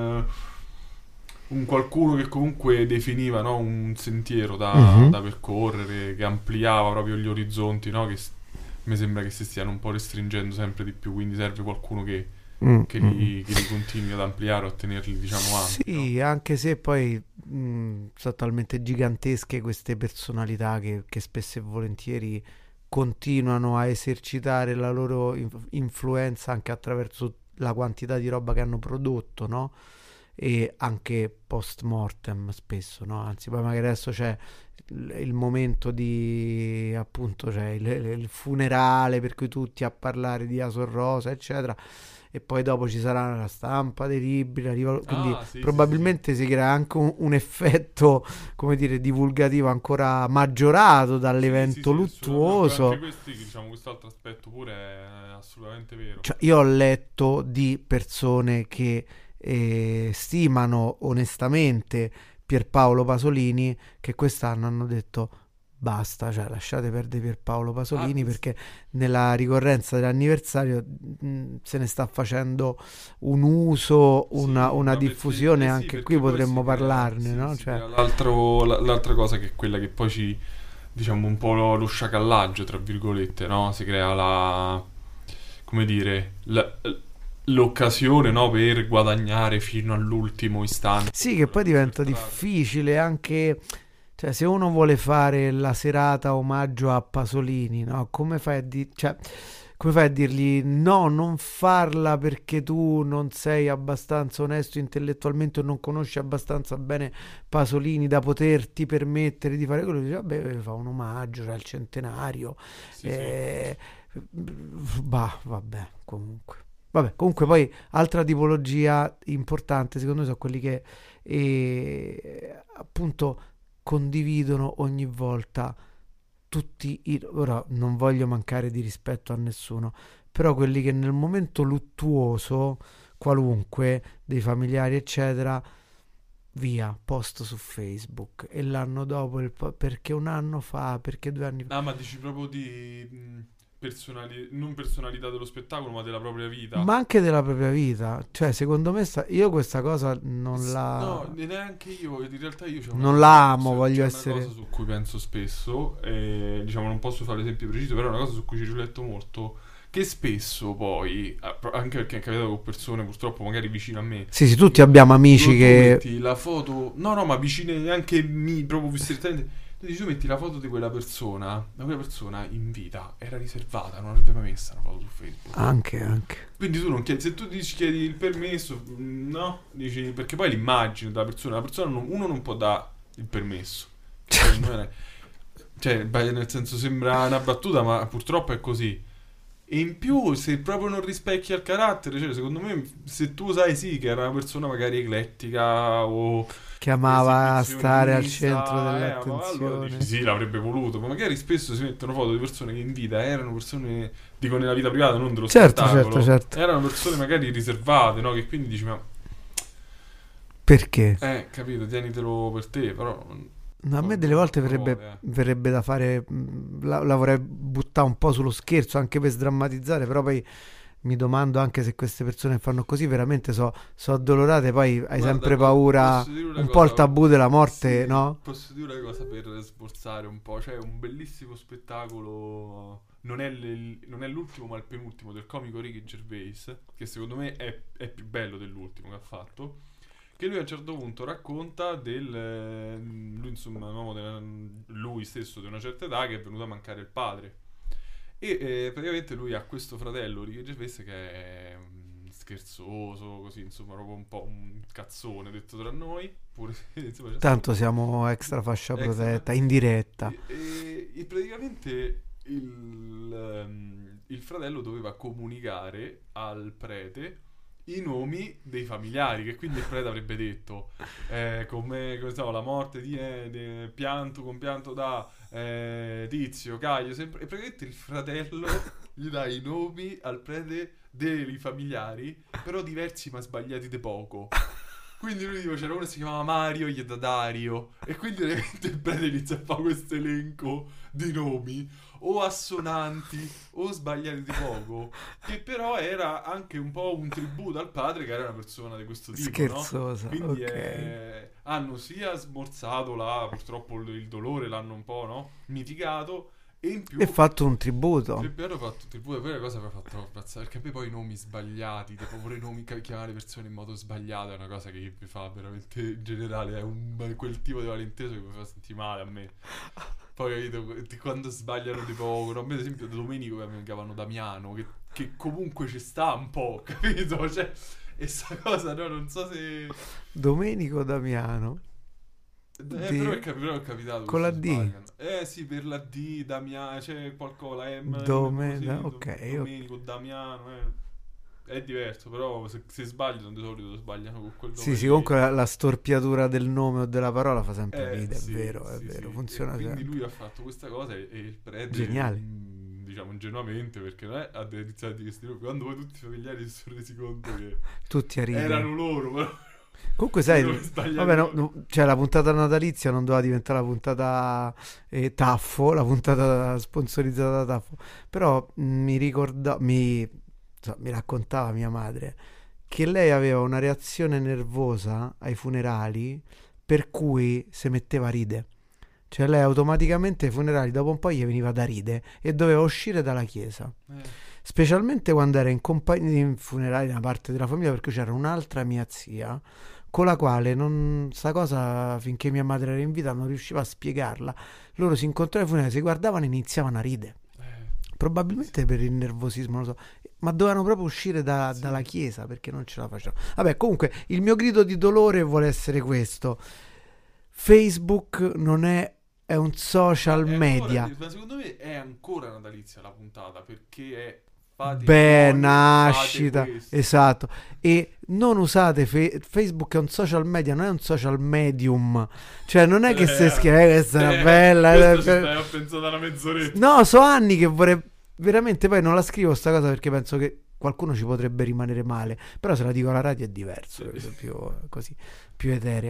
un qualcuno che comunque definiva, no? Un sentiero Mhm. da percorrere, che ampliava proprio gli orizzonti, no? Mi sembra che si stiano un po' restringendo sempre di più, quindi serve qualcuno Mm, che mm. che li continui ad ampliare o a tenerli, diciamo, ampi, no? Sì, anche se poi sono talmente gigantesche queste personalità che spesso e volentieri continuano a esercitare la loro influenza anche attraverso la quantità di roba che hanno prodotto, no? E anche post mortem spesso, no? Anzi, poi magari adesso c'è il momento di appunto, c'è il funerale per cui tutti a parlare di Asor Rosa, eccetera, e poi dopo ci sarà la stampa dei libri, quindi Ah, sì, sì, probabilmente si crea anche un effetto, come dire, divulgativo ancora maggiorato sì, dall'evento sì, assolutamente. Anche luttuoso. questi, diciamo, quest'altro aspetto pure è assolutamente vero. Cioè, io ho letto di persone che stimano onestamente Pierpaolo Pasolini, che quest'anno hanno detto basta, cioè lasciate perdere Pierpaolo Pasolini, perché nella ricorrenza dell'anniversario se ne sta facendo un uso, una Ma diffusione, sì, anche perché qui poi potremmo si crea, parlarne, sì, no? si Cioè, crea l'altra cosa che è quella che poi ci, diciamo, un po' lo sciacallaggio, tra virgolette, no? Si crea come dire, l'occasione, no? Per guadagnare fino all'ultimo istante. sì, che poi diventa Per strada. difficile anche, cioè, se uno vuole fare la serata omaggio a Pasolini, no? Come fai a dirgli no, non farla perché tu non sei abbastanza onesto intellettualmente o non conosci abbastanza bene Pasolini da poterti permettere di fare quello? Dice, vabbè, fa un omaggio, c'è il centenario. Sì, sì. eh, Bah, vabbè, comunque. Vabbè, comunque poi altra tipologia importante secondo me sono quelli che appunto condividono ogni volta ora non voglio mancare di rispetto a nessuno, però quelli che nel momento luttuoso qualunque dei familiari eccetera via, posto su Facebook, e l'anno dopo perché un anno fa, perché 2 anni fa. Ah, ma dici proprio di non personalità dello spettacolo, ma della propria vita. Ma anche della propria vita, cioè secondo me io questa cosa non No, neanche io, in realtà io c'ho non la amo, voglio c'è essere... una cosa su cui penso spesso, diciamo non posso fare l'esempio preciso, però è una cosa su cui ci rifletto molto, che spesso poi, anche perché è capitato con persone purtroppo magari vicine a me, Sì, tutti abbiamo amici tu che... metti la foto, no, ma vicine anche proprio strettamente, tu metti la foto di quella persona, ma quella persona in vita era riservata, non avrebbe mai messa una foto su Facebook. Anche. Quindi tu non chiedi, se tu chiedi il permesso, no, dici, perché poi l'immagine della persona, uno non può dare il permesso. Cioè, nel senso sembra una battuta, ma purtroppo è così. E in più, se proprio non rispecchia il carattere, cioè secondo me, se tu sai sì che era una persona magari eclettica o che amava stare al esibizionista, centro allora dell'attenzione. dici, sì, l'avrebbe voluto, ma magari spesso si mettono foto di persone che in vita erano persone, dico nella vita privata, non dello spettacolo, certo. erano persone magari riservate, no? Che quindi dici, ma perché? capito, tienitelo per te, però... A me delle volte verrebbe da fare, la vorrei buttare un po' sullo scherzo anche per sdrammatizzare, però poi mi domando anche se queste persone che fanno così veramente so addolorate, poi hai Guarda, sempre paura, un po' il tabù della morte, sì, no? Posso dire una cosa per sforzare un po', cioè un bellissimo spettacolo, non è l'ultimo ma il penultimo, del comico Ricky Gervais, che secondo me è più bello dell'ultimo che ha fatto, che lui a un certo punto racconta lui insomma, un uomo lui stesso di una certa età che è venuto a mancare il padre. E praticamente lui ha questo fratello Ricky Gervais che è scherzoso, così insomma proprio un po' un cazzone detto tra noi, pure insomma, tanto siamo extra fascia protetta, in diretta. E praticamente il fratello doveva comunicare al prete i nomi dei familiari, che quindi il prete avrebbe detto come so, la morte di compianto da Tizio, Caio, sempre, e praticamente il fratello gli dà i nomi al prete dei familiari, però diversi ma sbagliati di poco. Quindi lui dice, c'era uno che si chiamava Mario, gli dà Dario, e quindi veramente il prete inizia a fare questo elenco di nomi o assonanti o sbagliati di poco, che però era anche un po' un tributo al padre, che era una persona di questo tipo, scherzosa, no? Quindi ok. hanno sia smorzato purtroppo il dolore, l'hanno un po', no? Mitigato, e in più E fatto un tributo. e poi hanno fatto un tributo. Poi la cosa mi ha fatto impazzare, perché a me poi i nomi sbagliati, tipo pure i nomi, chiamare le persone in modo sbagliato, è una cosa che mi fa veramente, in generale, è quel tipo di malinteso che mi fa sentire male a me. Poi capito, quando sbagliano di poco, no? A me ad esempio Domenico che mi chiamavano Damiano, che comunque ci sta un po', capito? Cioè, e sta cosa, no? Non so se... Domenico Damiano. però è capitato con la D. sbagliano. Sì, per la D, Damiano, c'è qualcosa, la M, ok. Domenico, Damiano, è diverso, però se sbagliano di solito sbagliano con quel nome. Sì, lì. comunque la storpiatura del nome o della parola fa sempre ridere, Sì, è vero, sì. funziona E quindi sempre. lui ha fatto questa cosa e il prete, Geniale. diciamo ingenuamente, perché non è, ha iniziato a dire questi nomi, quando poi tutti i familiari si sono resi conto che Tutti a ridere. erano loro, però Comunque sai, Dove sbagliare vabbè, loro. cioè la puntata natalizia non doveva diventare la puntata Taffo, la puntata sponsorizzata da Taffo, però mi raccontava mia madre che lei aveva una reazione nervosa ai funerali per cui si metteva a ridere. Cioè lei automaticamente ai funerali dopo un po' gli veniva da ridere e doveva uscire dalla chiesa. Specialmente quando era in funerali da una parte della famiglia, perché c'era un'altra mia zia con la quale sta cosa, finché mia madre era in vita, non riusciva a spiegarla. Loro si incontravano ai funerali, si guardavano e iniziavano a ridere. Probabilmente per il nervosismo, non lo so, ma dovevano proprio uscire dalla chiesa perché non ce la facevano. Vabbè, comunque il mio grido di dolore vuole essere questo: Facebook non è un social media. Ma secondo me è ancora natalizia la puntata, perché è nascita, esatto. E non usate Facebook, è un social media, non è un social medium. Cioè non è che se questa è una bella, ho pensato da una mezz'oretta. no, so anni che vorrei veramente, poi non la scrivo sta cosa perché penso che qualcuno ci potrebbe rimanere male, però se la dico alla radio è diverso, è più così, più eterea.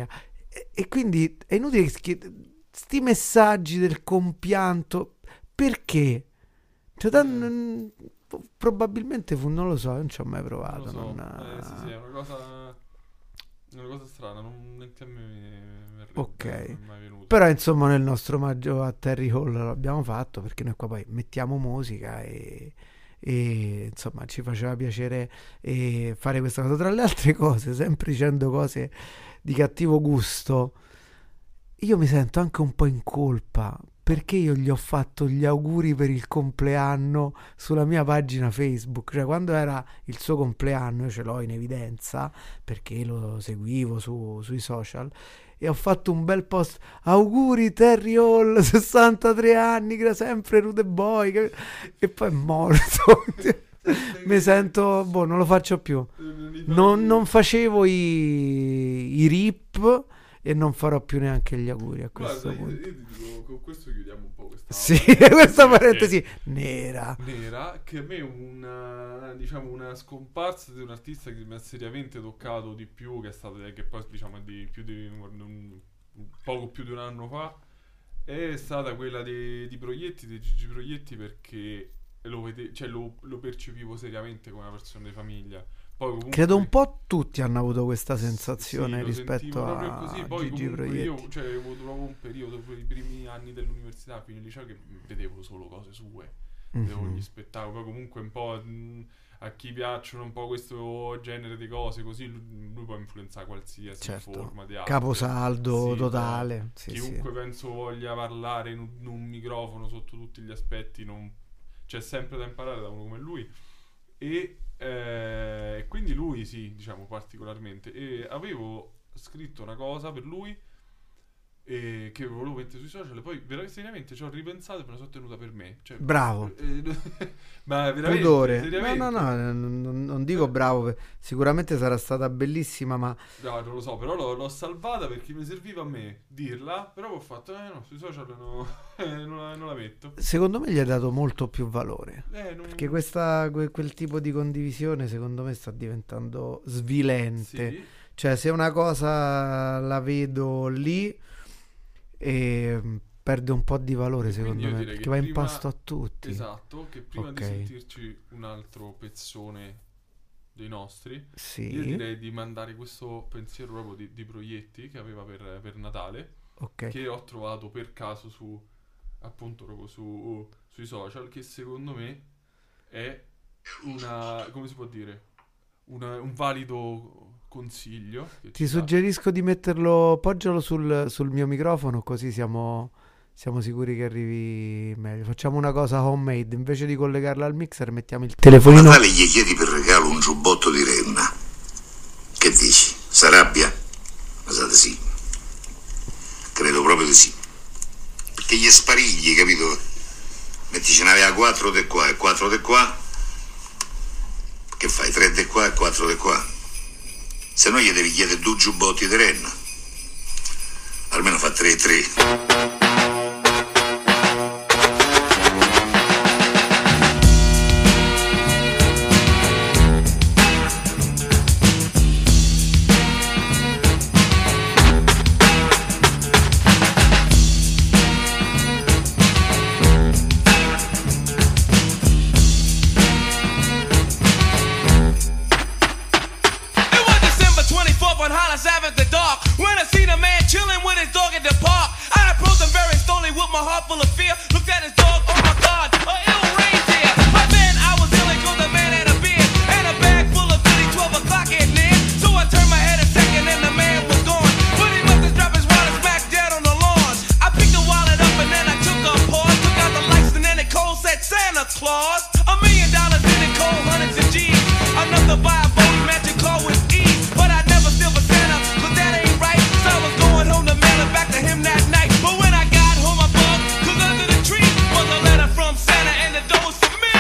E quindi è inutile che sti messaggi del compianto, perché? Cioè, probabilmente non lo so, non ci ho mai provato. Non lo so. non- Sì, è una cosa strana, neanche a me verrebbe, Ok. non è mai venuto. Però insomma nel nostro omaggio a Terry Hall l'abbiamo fatto, perché noi qua poi mettiamo musica e insomma ci faceva piacere fare questa cosa. Tra le altre cose, sempre dicendo cose di cattivo gusto, io mi sento anche un po' in colpa, perché io gli ho fatto gli auguri per il compleanno sulla mia pagina Facebook. Cioè, quando era il suo compleanno, io ce l'ho in evidenza perché lo seguivo sui social, e ho fatto un bel post: auguri Terry Hall, 63 anni, sempre Rude Boy, e poi è morto. Mi sento, non lo faccio più. Non facevo i rip e non farò più neanche gli auguri a questo Guarda, punto. io ti dico, con questo chiudiamo un po' questa Sì, questa parentesi nera. che a me una scomparsa di un artista che mi ha seriamente toccato di più, che è stato, che poi diciamo è di più di poco più di un anno fa, è stata quella di Proietti, di Gigi Proietti, perché lo percepivo seriamente come una persona di famiglia. Poi comunque, Credo un po' tutti hanno avuto questa sì, sensazione lo rispetto sentivo proprio a così. Poi Gigi comunque Proietti. io, ho avuto proprio un periodo, i primi anni dell'università, fino al liceo, che vedevo solo cose sue, vedevo Mhm. gli spettacoli. Poi comunque un po' a chi piacciono un po' questo genere di cose così, lui può influenzare qualsiasi Certo. forma di arte. Caposaldo Sì, totale. Sì, chiunque penso voglia parlare in un microfono sotto tutti gli aspetti, c'è sempre da imparare da uno come lui. E quindi lui sì, diciamo particolarmente. E avevo scritto una cosa per lui che volevo mettere sui social, e poi veramente seriamente ci ho ripensato e me la sono tenuta per me. Cioè, Bravo. ma veramente Pudore. seriamente. No, non dico bravo, sicuramente sarà stata bellissima, ma No, non lo so, però l'ho salvata perché mi serviva a me dirla, però ho fatto, no, sui social non la metto. secondo me gli hai dato molto più valore. Non- Perché quel tipo di condivisione secondo me sta diventando svilente. Sì, Cioè, se una cosa la vedo lì, perde un po' di valore, E secondo quindi io me, direi perché che va in prima- pasto a tutti. esatto, che prima Ok. di sentirci un altro pezzone dei nostri, io Sì, direi di mandare questo pensiero proprio di Proietti che aveva per Natale, ok. che ho trovato per caso appunto proprio sui social, che secondo me è come si può dire, un valido consiglio che Ti ci dà. suggerisco di metterlo, poggialo sul mio microfono, così siamo sicuri che arrivi meglio. Facciamo una cosa homemade: invece di collegarla al mixer, mettiamo il A telefonino. Natale gli chiedi per regalo un giubbotto di renna. Che dici? S'arrabbia? Ma sa di sì. Credo proprio di sì. Perché gli sparigli, capito? Metti ce n'aveva 4 di qua e 4 di qua. Che fai? 3 di qua e 4 di qua. Se no gli devi chiedere 2 giubbotti di renna. Almeno fa 3 e 3. It was December 24th on Hollis Ave at the dark, when I seen a man chilling with his dog at the park. I approached him very slowly with my heart full of fear. Looked at his dog, oh my God, a ill reindeer. But then I was ill because the man had a beard and a bag full of goodies. 12 o'clock at near. So I turned my head a second and the man was gone. But he must have dropped his wallet smack dead on the lawn. I picked the wallet up and then I took a pause, took out the lights and then it cold said Santa Claus. $1 million in it, cold hundreds of G's. Enough to buy a boat, magic car with ease. But I never steal for Santa, cause that ain't right. So I was going home to mail it back to him that night. But when I got home I bugged, cause under the tree was a letter from Santa and the door was for me.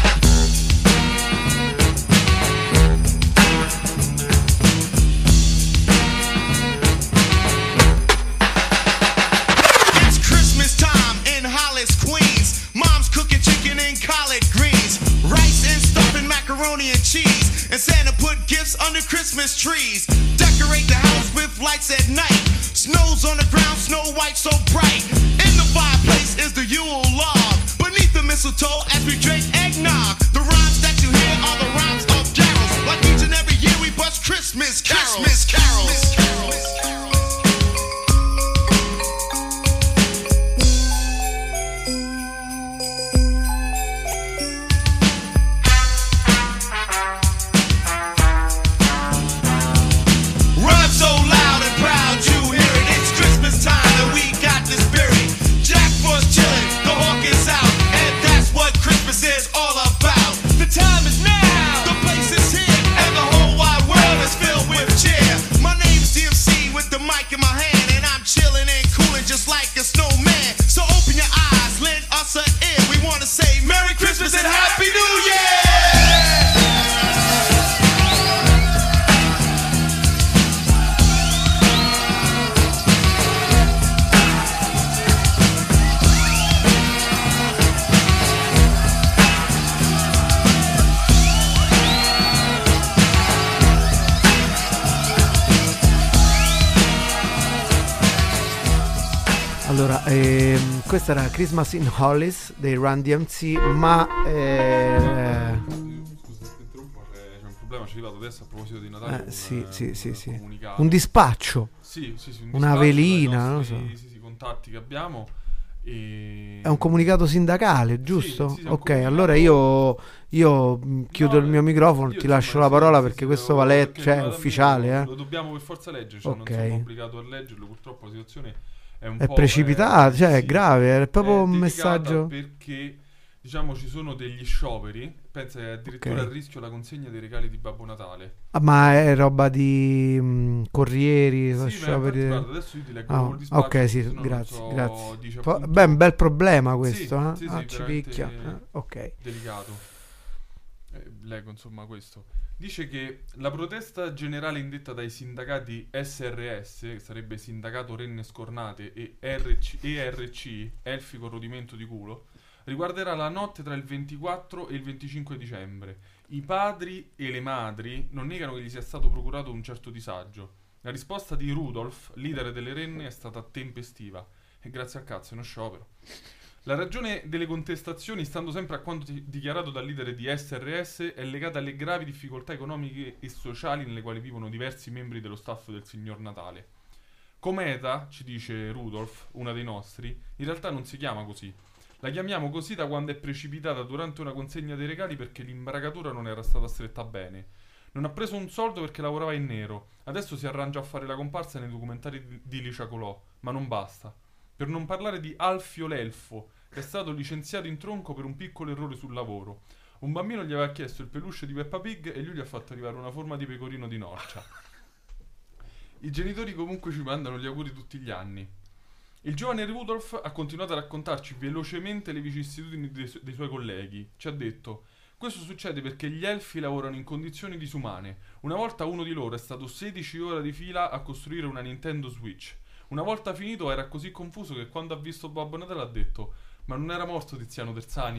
It's Christmas time in Hollis, Queens. Mom's cooking chicken and collard greens, rice and stuffing, macaroni and cheese. And Santa put gifts under Christmas trees. Decorate the house with lights at night. Snow's on the ground, snow white so bright. In the fireplace is the Yule log. Beneath the mistletoe as we drink eggnog. The rhymes that you hear are the rhymes of carols. Like each and every year we bust Christmas carols. Christmas carols. Questa era Christmas in Hollis dei Run DMC, ma scusa se ti interrompo, c'è un problema, ci è arrivato adesso a proposito di Natale sì. comunicato. Un dispaccio, sì, una velina, non lo so. Sì, contatti che abbiamo. E... È un comunicato sindacale, giusto? Sì, ok, allora io chiudo il mio microfono, ti lascio la parola perché questo va letto, cioè è ufficiale. Lo dobbiamo per forza leggere, cioè non sono obbligato a leggerlo, purtroppo la situazione è precipitata, cioè è grave, è proprio un delicata messaggio. Perché diciamo ci sono degli scioperi, pensa che addirittura a rischio la consegna dei regali di Babbo Natale. Ma è roba di corrieri, scioperi. Guarda, adesso io ti leggo il dispaccio, ok, sì, grazie. Beh, un bel problema questo, sì, ci picchia. Ok. Delicato. Leggo insomma questo. Dice che la protesta generale indetta dai sindacati SRS, che sarebbe Sindacato Renne Scornate, e ERC, Elfi con rodimento di culo, riguarderà la notte tra il 24 e il 25 dicembre. I padri e le madri non negano che gli sia stato procurato un certo disagio. La risposta di Rudolf, leader delle Renne, è stata tempestiva. E grazie al cazzo, è uno sciopero. La ragione delle contestazioni, stando sempre a quanto dichiarato dal leader di SRS, è legata alle gravi difficoltà economiche e sociali nelle quali vivono diversi membri dello staff del Signor Natale. Cometa, ci dice Rudolf, una dei nostri, in realtà non si chiama così. La chiamiamo così da quando è precipitata durante una consegna dei regali perché l'imbragatura non era stata stretta bene. Non ha preso un soldo perché lavorava in nero. Adesso si arrangia a fare la comparsa nei documentari di Licia Colò, ma non basta. Per non parlare di Alfio l'elfo, che è stato licenziato in tronco per un piccolo errore sul lavoro. Un bambino gli aveva chiesto il peluche di Peppa Pig e lui gli ha fatto arrivare una forma di pecorino di Norcia. I genitori comunque ci mandano gli auguri tutti gli anni. Il giovane Rudolf ha continuato a raccontarci velocemente le vicissitudini dei suoi colleghi. Ci ha detto: questo succede perché gli elfi lavorano in condizioni disumane. Una volta uno di loro è stato 16 ore di fila a costruire una Nintendo Switch. Una volta finito era così confuso che quando ha visto Babbo Natale ha detto: ma non era morto Tiziano Terzani?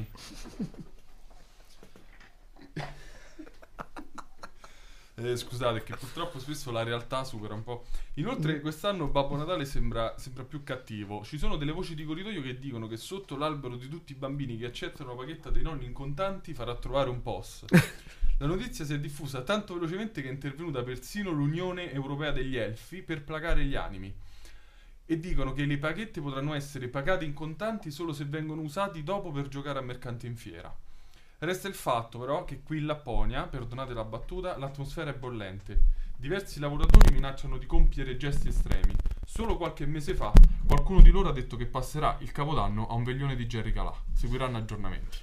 Scusate, che purtroppo spesso la realtà supera un po'. Inoltre quest'anno Babbo Natale sembra più cattivo. Ci sono delle voci di corridoio che dicono che sotto l'albero di tutti i bambini che accettano la paghetta dei nonni in contanti farà trovare un POS. La notizia si è diffusa tanto velocemente che è intervenuta persino l'Unione Europea degli Elfi per placare gli animi. E dicono che le paghette potranno essere pagate in contanti solo se vengono usati dopo per giocare a mercante in fiera. Resta il fatto però che qui in Lapponia, perdonate la battuta, l'atmosfera è bollente. Diversi lavoratori minacciano di compiere gesti estremi. Solo qualche mese fa qualcuno di loro ha detto che passerà il Capodanno a un veglione di Jerry Calà. Seguiranno aggiornamenti.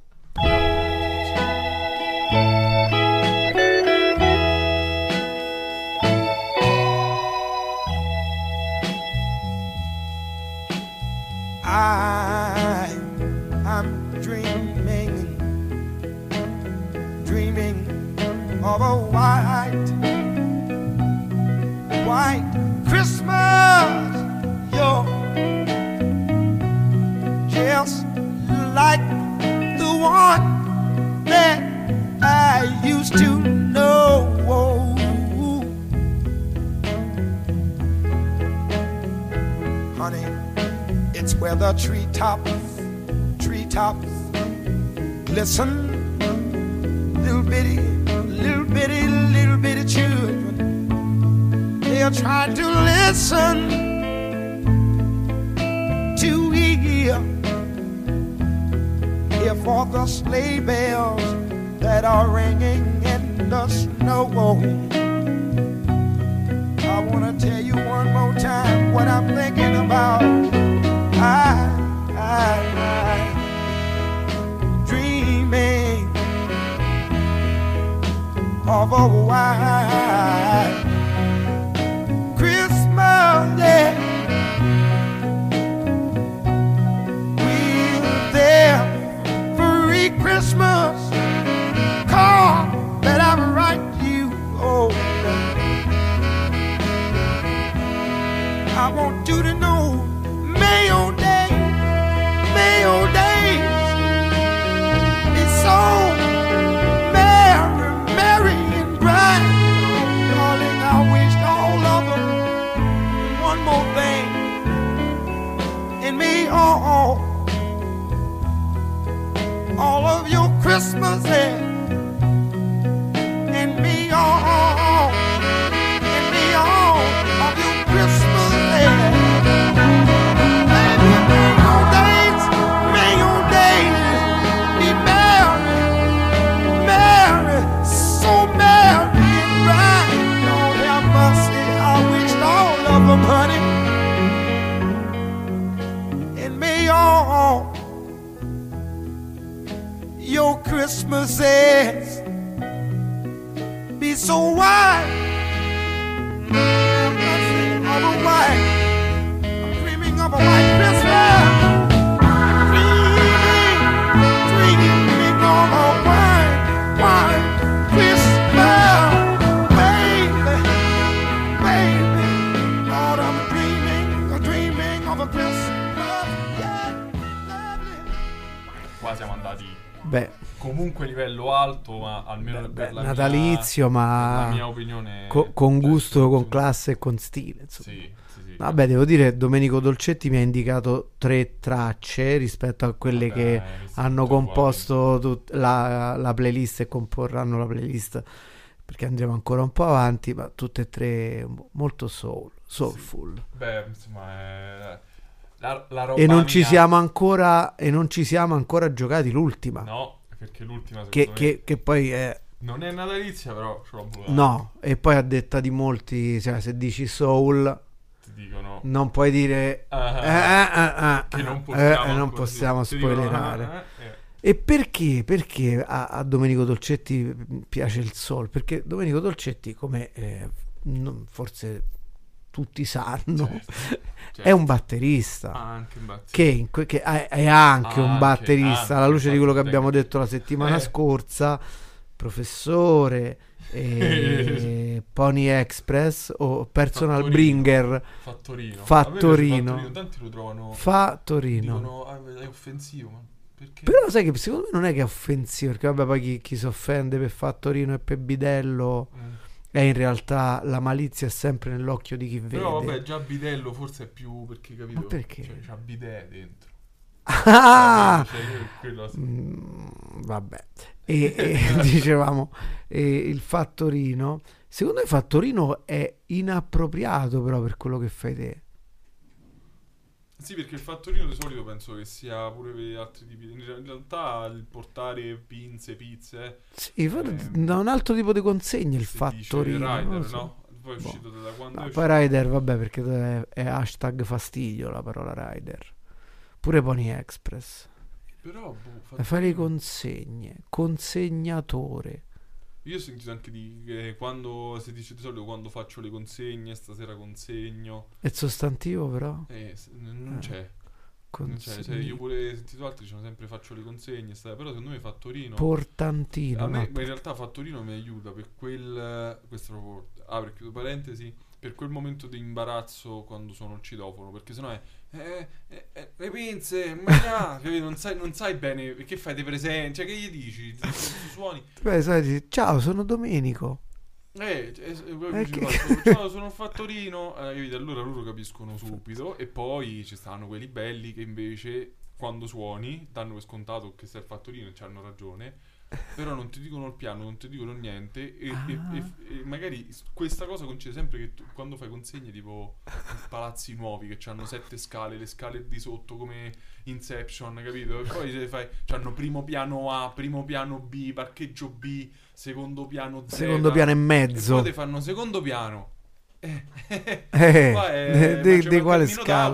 I'm dreaming of a white Christmas. You're just like the one that I used to know. treetops, listen, little bitty children, they are trying to listen to hear for the sleigh bells that are ringing in the snow. I wanna tell you one more time what I'm thinking about. I dreaming of a white Christmas, yeah, with their free Christmas card that I write you. Oh, I want you to know Mayo Days is so merry, merry and bright. Darling, I wish all of them one more thing in me, all of your Christmases in me, all in me, all of your Christmases. Honey, and may all your Christmases be so white. Of a white, I'm dreaming of a white Christmas. Dreaming of a white Christmas. Qua siamo andati Beh, comunque livello alto, ma almeno per la natalizio, la ma mia opinione con gusto, con classe e con stile, insomma. Sì. Vabbè, devo dire, Domenico Dolcetti mi ha indicato 3 tracce rispetto a quelle che hanno composto la playlist e comporranno la playlist, perché andremo ancora un po' avanti, ma tutte e 3 molto soulful. Sì. Beh, insomma, è la roba e non mia... ci siamo ancora giocati l'ultima. No, perché l'ultima che poi è... non è natalizia, però ce l'ho voluta. No, e poi a detta di molti, cioè, se dici soul ti dicono non puoi dire che non possiamo spoilerare. E perché a Domenico Dolcetti piace il soul? Perché Domenico Dolcetti, come forse tutti sanno, certo. È un batterista, che è anche un batterista, alla luce di quello che abbiamo detto la settimana scorsa, professore, Pony Express o Personal Bringer, Fattorino. Tanti lo trovano, dicono è offensivo, ma perché? Però sai che secondo me non è che è offensivo, perché vabbè, poi chi si offende per Fattorino e per Bidello e in realtà la malizia è sempre nell'occhio di chi vede. Però vabbè, già Bidello forse è più, perché capito? Ma perché? Cioè, c'ha bidet dentro. Vabbè. E dicevamo, il Fattorino, secondo me Fattorino è inappropriato però per quello che fai te. Sì, perché il Fattorino di solito penso che sia pure per altri tipi. In realtà il portare pinze, pizze. Sì, da un altro tipo di consegne il Fattorino. Rider, so. No? Poi è uscito da quando è poi Rider, vabbè, perché è hashtag fastidio la parola Rider. Pure Pony Express. Però fai le consegne, consegnatore. Io ho sentito anche quando si dice di solito quando faccio le consegne, stasera consegno. È sostantivo però? Non c'è. Non c'è. Cioè, io pure ho sentito altri dicono sempre faccio le consegne, però secondo me Fattorino portantino. A me in realtà Fattorino mi aiuta per questo proprio apro chiudo parentesi, per quel momento di imbarazzo quando suono il citofono, perché sennò le pinze, non sai bene che fai, dei presenti, cioè che gli dici, suoni. Beh, sai, ciao, sono Domenico. Ciao, sono un fattorino, capito? Allora loro capiscono subito. E poi ci stanno quelli belli che invece quando suoni danno per scontato che sei il fattorino e c'hanno ragione, però non ti dicono il piano, non ti dicono niente e magari questa cosa coincide sempre che quando fai consegne tipo palazzi nuovi che hanno 7 scale, le scale di sotto come Inception, capito? E poi se fai, c'hanno primo piano A, primo piano B, parcheggio B, secondo piano Z, secondo piano e mezzo, e poi ti fanno secondo piano di quale scala?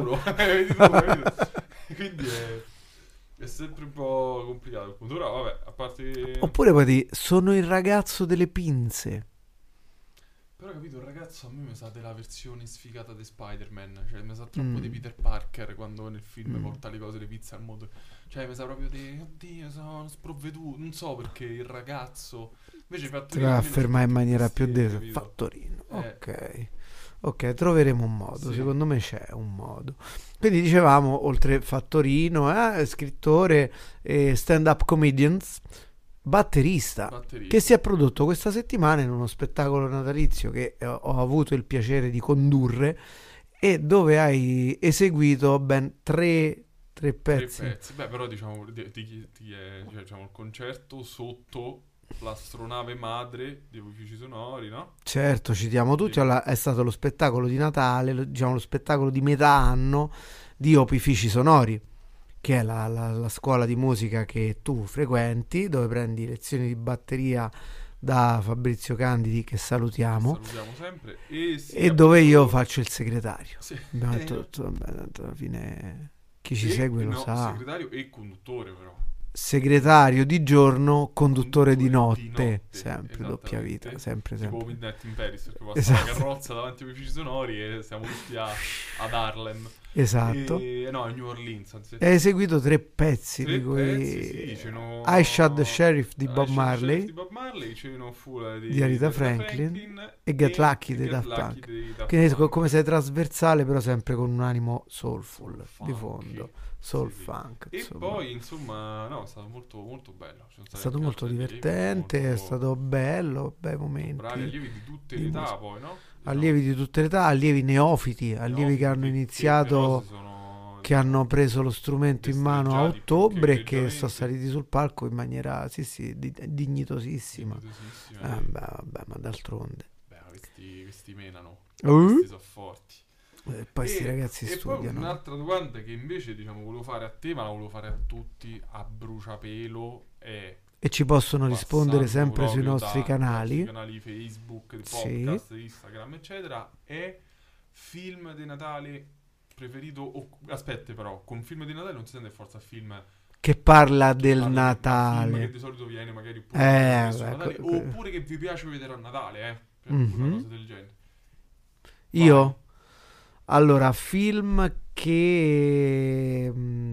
Quindi è sempre un po' complicato. Però vabbè, a parte... Oppure poi sono il ragazzo delle pinze. Però capito, il ragazzo a me mi sa della versione sfigata di Spider-Man. Cioè mi sa troppo di Peter Parker quando nel film porta le cose, le pizze al mondo. Cioè mi sa proprio di oddio, sono sprovveduto. Non so perché il ragazzo invece te la afferma in maniera più desa. Fattorino. Ok, troveremo un modo. Secondo me c'è un modo. Quindi dicevamo, oltre fattorino, scrittore, stand-up comedians, batterista, che si è prodotto questa settimana in uno spettacolo natalizio che ho avuto il piacere di condurre e dove hai eseguito ben tre pezzi. Beh, però diciamo cioè, diciamo il concerto sotto l'astronave madre di Opifici Sonori, no? Certo, citiamo tutti. Allora, è stato lo spettacolo di Natale, diciamo lo spettacolo di metà anno di Opifici Sonori, che è la scuola di musica che tu frequenti, dove prendi lezioni di batteria da Fabrizio Candidi, che salutiamo sempre, e dove io faccio il segretario. Abbiamo detto tutto, tanto alla fine chi ci segue lo sa. Segretario e conduttore, però. Segretario di giorno, conduttore di notte, sempre doppia vita, sempre. Tipo Midnight in Paris, perché passa la carrozza davanti ai Opifici Sonori e siamo tutti ad Harlem. Esatto. No, a New Orleans. Anzi. Hai eseguito 3 pezzi, di cui I Shot the Sheriff di Bob Marley, di Aretha Franklin e Get Lucky di Daft Punk. Che come sei trasversale, però sempre con un animo soulful di fondo. Soul funk, e poi insomma no, è stato molto molto bello, è stato molto divertente, è stato bello, bei momenti, bravi allievi di tutte le età, poi no? Allievi di tutte le età, allievi neofiti, allievi che hanno iniziato, che hanno preso lo strumento in mano a ottobre e che sono saliti sul palco in maniera dignitosissima. Vabbè, ma d'altronde questi menano, questi sono forti. Poi sti ragazzi studiano. Poi un'altra domanda che invece diciamo volevo fare a te, ma la volevo fare a tutti a bruciapelo, e ci possono rispondere sempre sui nostri canali Facebook, podcast, Instagram, eccetera. È film di Natale preferito? Aspetta, però con film di Natale non si sente forza film che parla del Natale, film che di solito viene magari Natale, oppure che vi piace vedere a Natale, una cosa del genere. Io allora, film che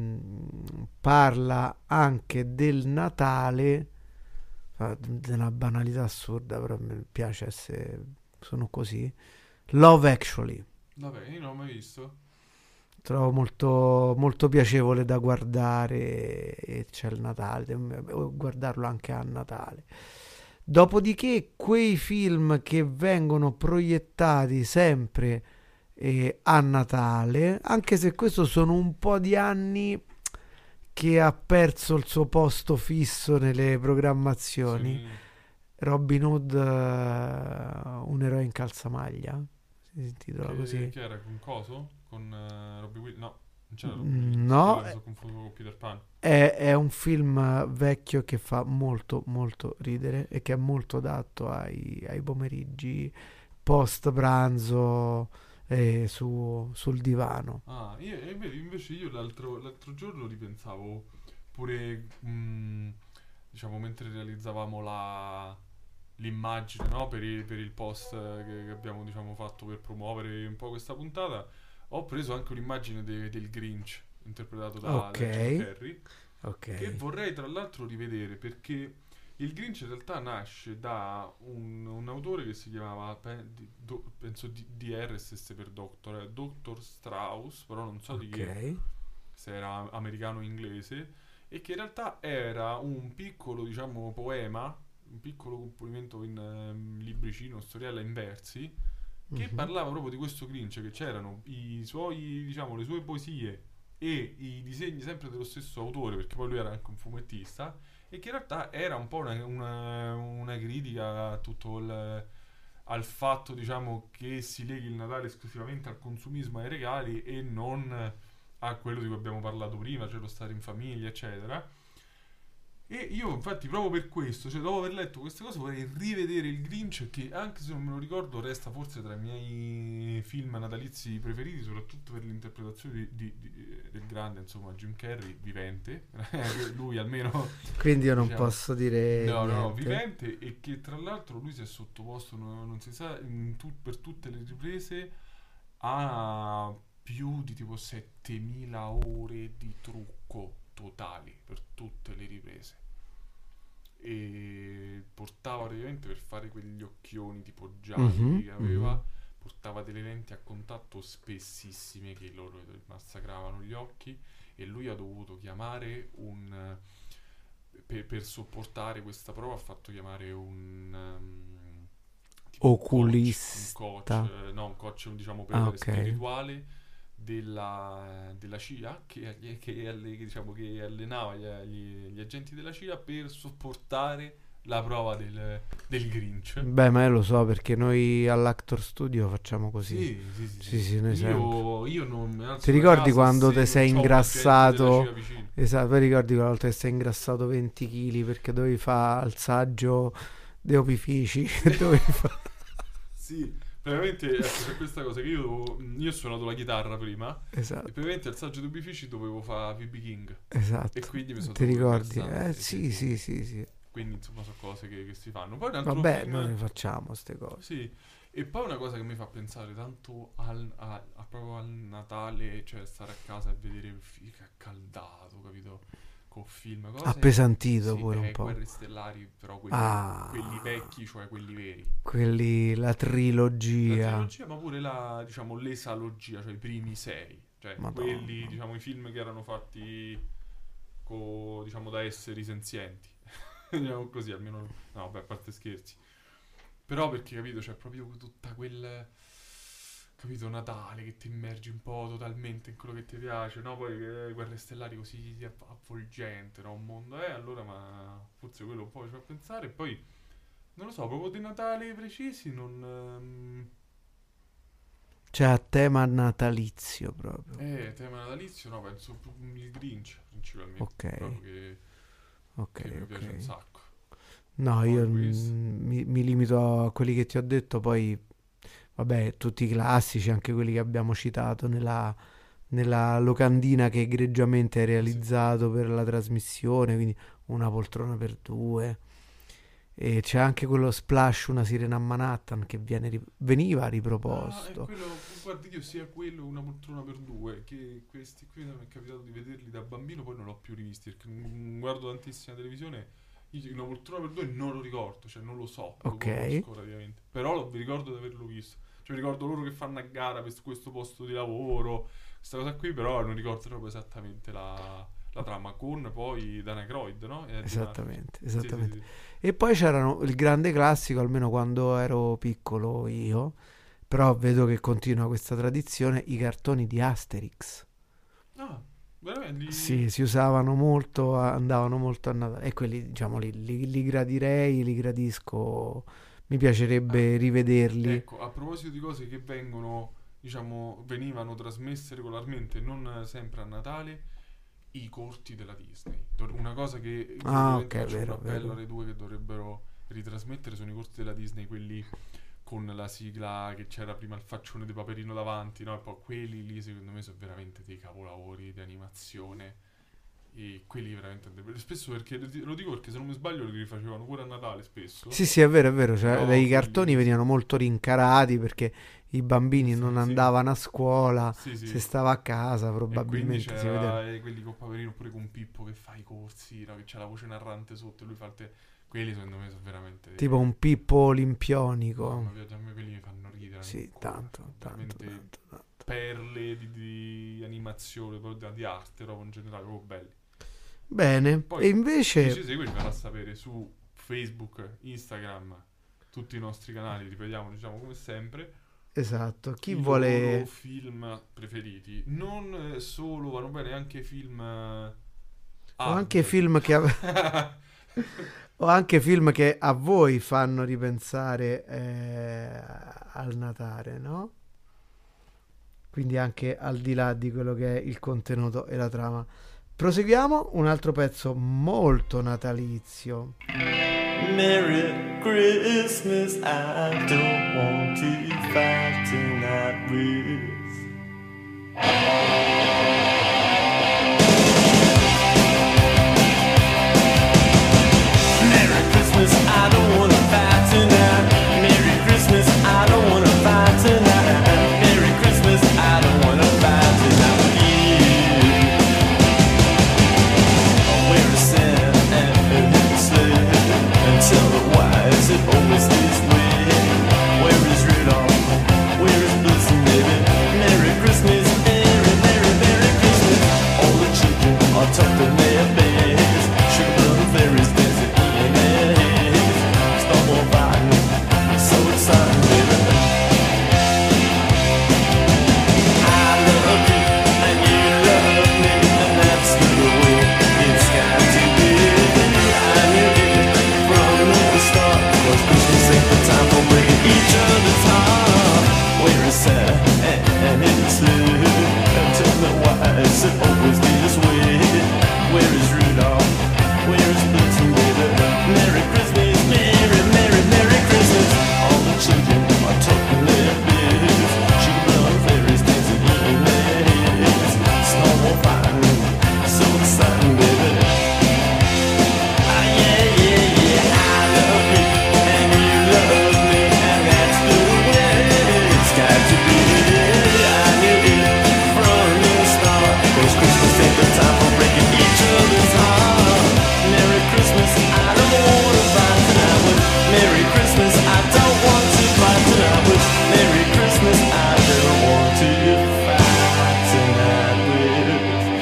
parla anche del Natale, una banalità assurda, però mi piace sono così. Love Actually. Vabbè, io non l'ho mai visto. Trovo molto, molto piacevole da guardare e c'è il Natale, guardarlo anche a Natale. Dopodiché quei film che vengono proiettati sempre a Natale, anche se questo sono un po' di anni che ha perso il suo posto fisso nelle programmazioni. Robin Hood, un eroe in calzamaglia, si intitola così. Che era con coso? Con Robbie Williams? No, non c'era Robbie Williams, confuso con Peter Pan. È un film vecchio che fa molto molto ridere e che è molto adatto ai pomeriggi post pranzo sul divano. Invece io l'altro giorno ripensavo pure diciamo mentre realizzavamo l'immagine, no? per il post che abbiamo diciamo fatto per promuovere un po' questa puntata, ho preso anche un'immagine del Grinch interpretato da Jim Carrey, che vorrei tra l'altro rivedere, perché il Grinch in realtà nasce da un autore che si chiamava, penso DR stesse per Dr. Strauss, però non so di chi, se era americano o inglese, e che in realtà era un piccolo, diciamo, poema un piccolo componimento in libricino, storiella in versi, che parlava proprio di questo Grinch, che c'erano i suoi, diciamo, le sue poesie e i disegni sempre dello stesso autore, perché poi lui era anche un fumettista, e che in realtà era un po' una critica a tutto al fatto, diciamo, che si leghi il Natale esclusivamente al consumismo e ai regali e non a quello di cui abbiamo parlato prima, cioè lo stare in famiglia, eccetera. E io infatti proprio per questo, cioè dopo aver letto queste cose, vorrei rivedere il Grinch, che anche se non me lo ricordo resta forse tra i miei film natalizi preferiti, soprattutto per l'interpretazione del grande, insomma, Jim Carrey, vivente. Lui almeno, Quindi io non diciamo, posso dire no, niente. vivente, e che tra l'altro lui si è sottoposto, non si sa, per tutte le riprese a più di tipo 7000 ore di trucco totali per tutte le riprese, e portava praticamente, per fare quegli occhioni tipo gialli che aveva, portava delle lenti a contatto spessissime che loro massacravano gli occhi, e lui ha dovuto chiamare per sopportare questa prova ha fatto chiamare tipo Oculista. un coach diciamo ok. spirituale della CIA che diciamo che allenava gli agenti della CIA per sopportare la prova del Grinch. Beh, ma io lo so, perché noi all'Actor Studio facciamo così. Sì, noi sempre. Io non mi alzo Ti da ricordi casa quando se te non sei c'ho ingrassato? l'agente della CIA vicino. Esatto, poi ricordi quella volta che sei ingrassato 20 kg perché dovevi fare il saggio dei opifici? Dovevi fare... Sì, veramente c'è questa cosa che io ho suonato la chitarra prima, Esatto. e praticamente al saggio dei opifici dovevo fare B.B. King. Esatto. E quindi mi sono Ti ricordi? ingrassato, sì. Quindi insomma sono cose che si fanno. Poi un altro Vabbè, film, noi facciamo queste cose. sì. E poi una cosa che mi fa pensare tanto proprio al Natale, cioè stare a casa e vedere il film che è caldato, capito? Con film, cose. Appesantito Sì, pure un po'. Guerre Stellari, però quelli vecchi, cioè quelli veri. Quelli, la trilogia. Ma pure diciamo, l'esalogia, cioè i primi 6. Cioè Madonna. quelli, diciamo, i film che erano fatti diciamo, da esseri senzienti. Diciamo così, almeno. No, beh, a parte scherzi. Però perché, capito, c'è proprio tutta quel, capito, Natale che ti immergi un po' totalmente in quello che ti piace, no? Poi Guerre Stellari così avvolgente, no? Un mondo allora, ma forse quello un po' ci fa pensare. E poi, non lo so, proprio dei Natali precisi non... Cioè a tema natalizio proprio. Tema natalizio, no, penso il Grinch principalmente. Ok. Proprio che mi piace un sacco. No, io mi limito a quelli che ti ho detto, poi vabbè, tutti i classici, anche quelli che abbiamo citato nella locandina che egregiamente hai realizzato per la trasmissione, quindi Una poltrona per due. E c'è anche quello Splash, Una sirena a Manhattan, che veniva riproposto. Quello, guardi, io sia quello, Una poltrona per due, che questi qui mi è capitato di vederli da bambino, poi non l'ho più rivisti perché non guardo tantissima televisione. Una poltrona per due non lo ricordo, cioè non lo so, lo conosco praticamente, però vi ricordo di averlo visto, cioè mi ricordo loro che fanno a gara per questo posto di lavoro, questa cosa qui, però non ricordo proprio esattamente la trama, con poi Dan Aykroyd, no? Esattamente. Sì. E poi c'erano il grande classico, almeno quando ero piccolo io, però vedo che continua questa tradizione, i cartoni di Asterix. Veramente? Sì, si usavano molto, andavano molto a Natale, e quelli, diciamo, li gradirei, li gradisco, mi piacerebbe rivederli. Ecco, a proposito di cose che venivano trasmesse regolarmente, non sempre a Natale, i corti della Disney. Una cosa che faccio un appello alle due che dovrebbero ritrasmettere sono i corti della Disney, quelli con la sigla che c'era prima, il faccione di Paperino davanti, no? E poi quelli lì secondo me sono veramente dei capolavori di animazione, e quelli veramente spesso, perché lo dico perché se non mi sbaglio li rifacevano pure a Natale spesso. Sì, è vero, cioè dei cartoni venivano molto rincarati perché i bambini non andavano a scuola, se stava a casa probabilmente si vedeva. Quelli con Paperino, oppure con Pippo che fa i corsi, no? Che c'ha la voce narrante sotto e lui fa quelli secondo me sono veramente tipo un Pippo olimpionico. A me quelli mi fanno ridere. Sì, tanto. Perle di animazione, di arte, proprio in generale, proprio belli. Bene. Poi, e invece chi ci segue ci farà sapere su Facebook, Instagram, tutti i nostri canali, ripetiamo, diciamo come sempre. Esatto, chi I vuole... loro film preferiti. Non solo, vanno bene anche film... O hard. anche film che... o anche film che a voi fanno ripensare al Natale, no? Quindi anche al di là di quello che è il contenuto e la trama. Proseguiamo, un altro pezzo molto natalizio. Merry Christmas, I don't want to fight tonight with. Merry Christmas, I don't want to fight tonight. Merry Christmas, I don't want to fight tonight. Merry Christmas, I don't want to fight tonight with you. Where is Santa and his sled? And tell me why is it always this way? Where is Rudolph? Where is Blitzen, baby? Merry Christmas, Merry, Merry, Merry Christmas. All the children are tucked in their beds. Sugar plum fairies dancing in their heads. Snowball fighting, so exciting, baby. I love you and you love me, and that's the way it's got to be. I knew it from the start, 'cause Christmas ain't the time for breaking each other's heart. Where is Santa and his sled? And tell me why is it always this way? Where is Rudolph? Where is Blitzen, baby? Merry Christmas, Merry, Merry, Merry Christmas. All the children are talking their biz. Sugar plum fairies dancing in their heads. Snowball fighting, so exciting, baby. Ah, yeah, yeah, yeah, I love you and you love me, and that's the way it's got to be. I knew it from the start, 'cause Christmas ain't the time for breaking each other's heart. Merry Christmas, I don't want to fight tonight with. Merry Christmas, I don't want to fight tonight with. Merry Christmas, I don't want to fight tonight with.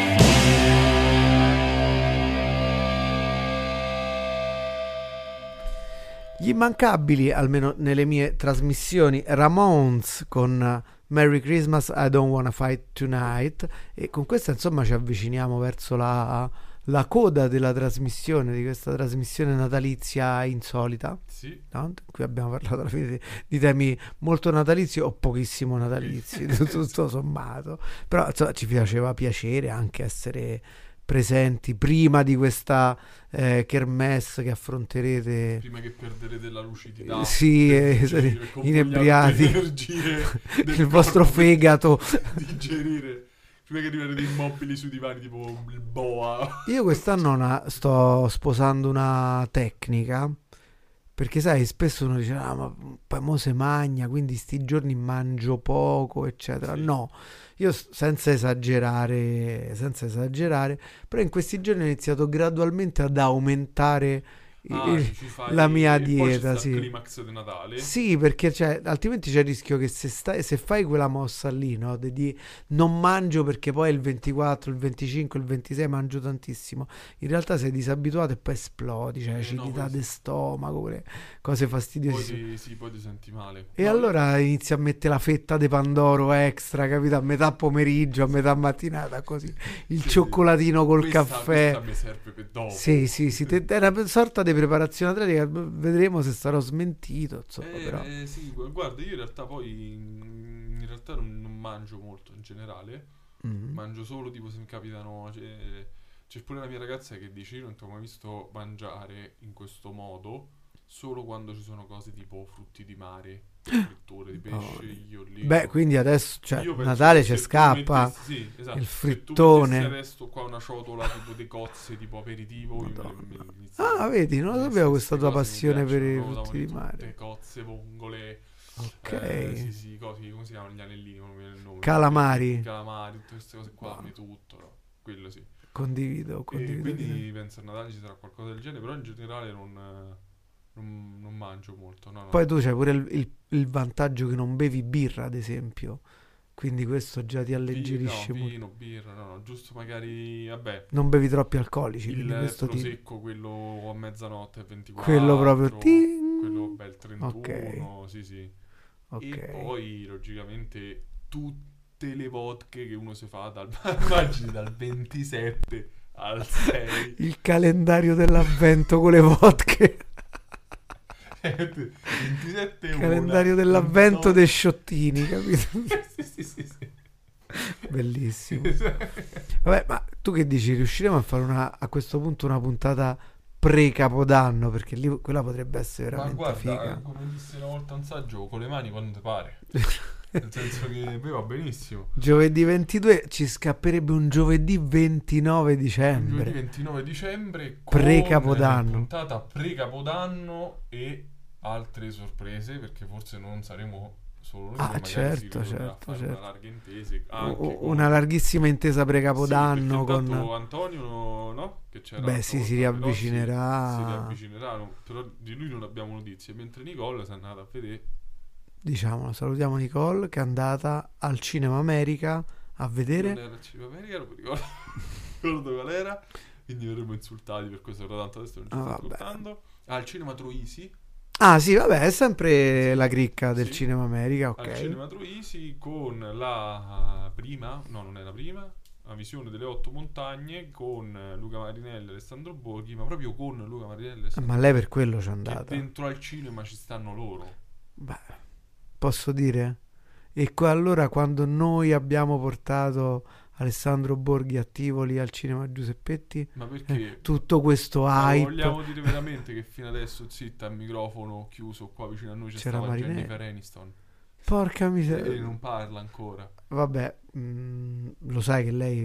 Gli immancabili, almeno nelle mie trasmissioni, Ramones con Merry Christmas, I Don't Wanna Fight Tonight, e con questa insomma ci avviciniamo verso la coda della trasmissione, di questa trasmissione natalizia insolita, Sì. no? In cui abbiamo parlato alla fine di temi molto natalizi o pochissimo natalizi, tutto sommato, però insomma ci faceva piacere anche essere presenti prima di questa kermesse che affronterete. Prima che perderete la lucidità. Sì, con inebriati, le energie del il vostro corpo fegato. digerire. Prima che arriverete immobili sui divani tipo il boa. Io quest'anno sto sposando una tecnica, perché sai, spesso uno dice ma poi mo se magna, quindi sti giorni mangio poco, eccetera. Sì. No, io senza esagerare, però in questi giorni ho iniziato gradualmente ad aumentare la mia dieta, poi sì. il climax di Natale. Sì, perché altrimenti c'è il rischio che se fai quella mossa lì, no, di non mangio perché poi il 24, il 25, il 26 mangio tantissimo, in realtà sei disabituato e poi esplodi, cioè acidità di stomaco, quelle cose fastidiose. Poi ti senti male. E allora inizi a mettere la fetta di pandoro extra, capito? A metà pomeriggio, a metà mattinata, così il cioccolatino col caffè. Questa mi serve per dopo. Sì, è una sorta di preparazione atletica, vedremo se sarò smentito, insomma, però. Sì, guarda, io in realtà poi non mangio molto in generale. Mangio solo tipo se mi capitano, c'è pure la mia ragazza che dice: io non ti ho mai visto mangiare in questo modo, solo quando ci sono cose tipo frutti di mare, fritture di pesce, io lì. Beh, quindi adesso, cioè, Io penso Natale che c'è se tu scappa, mettessi- sì, esatto, il se tu frittone. mettessi adesso qua una ciotola tipo di cozze tipo aperitivo, Ah, vedi, non lo sapevo questa tua queste passione cose per mi i piacciono, frutti di tutte, mare. cozze, vongole, Ok. sì, cose, come si chiamano gli anellini, non mi viene il nome. Calamari. Calamari, tutte queste cose qua, dammi tutto, no? Quello sì. Condivido. E quindi penso a Natale ci sarà qualcosa del genere, però in generale non mangio molto. No. Poi tu c'hai pure il vantaggio che non bevi birra, ad esempio. quindi questo già ti alleggerisce molto. Vino, birra, no, giusto magari, vabbè. Non bevi troppi alcolici, quindi Il questo prosecco, quello a mezzanotte 24. quello proprio quello bel 31, Ok. sì. Ok. E poi, logicamente, tutte le vodke che uno si fa immagini dal 27 al 6. Il calendario dell'avvento con le vodke. 27 Il calendario dell'avvento dei sciottini, capito? Sì. Bellissimo. Vabbè, ma tu che dici? Riusciremo a fare a questo punto una puntata pre-Capodanno? Perché lì quella potrebbe essere Ma veramente guarda, figa. come disse una volta un saggio, con le mani quando ti pare. Nel senso che poi va benissimo. Giovedì 22 ci scapperebbe un giovedì 29 dicembre. Giovedì 29 dicembre con Pre-Capodanno. puntata pre-Capodanno e altre sorprese, perché forse non saremo solo noi, ma magari certo, si ritornerà a certo, fare certo. una larga intesa anche con... Una larghissima intesa Sì, pre-Capodanno perché con... intanto Antonio, no? Che c'era Beh, l'altra sì, si volta, però riavvicinerà. si riavvicinerà, no? Però di lui non abbiamo notizie, mentre Nicole si è andata a vedere. Diciamolo, salutiamo Nicole che è andata al Cinema America a vedere. Non era il Cinema America, non mi ricordo, ricordo qual era, quindi verremo insultati per questo, però tanto adesso non ci sto vabbè. ascoltando. Al Cinema Troisi. Ah sì, vabbè, è sempre la cricca del Sì. Cinema America, Al ok. Cinema Troisi con la prima, no, non è la prima, la visione delle 8 montagne con Luca Marinelli e Alessandro Borghi, ma proprio con Luca Marinelli e Alessandro Ma lei per quello c'è che andata. dentro al cinema ci stanno loro. Beh, posso dire? E allora quando noi abbiamo portato Alessandro Borghi a Tivoli al Cinema Giuseppetti, Ma perché? tutto questo Ma hype. vogliamo dire veramente che fino adesso zitta al microfono chiuso qua vicino a noi C'era stava Marinelli. Jennifer Aniston Porca e miseria. non parla ancora. Vabbè, lo sai che lei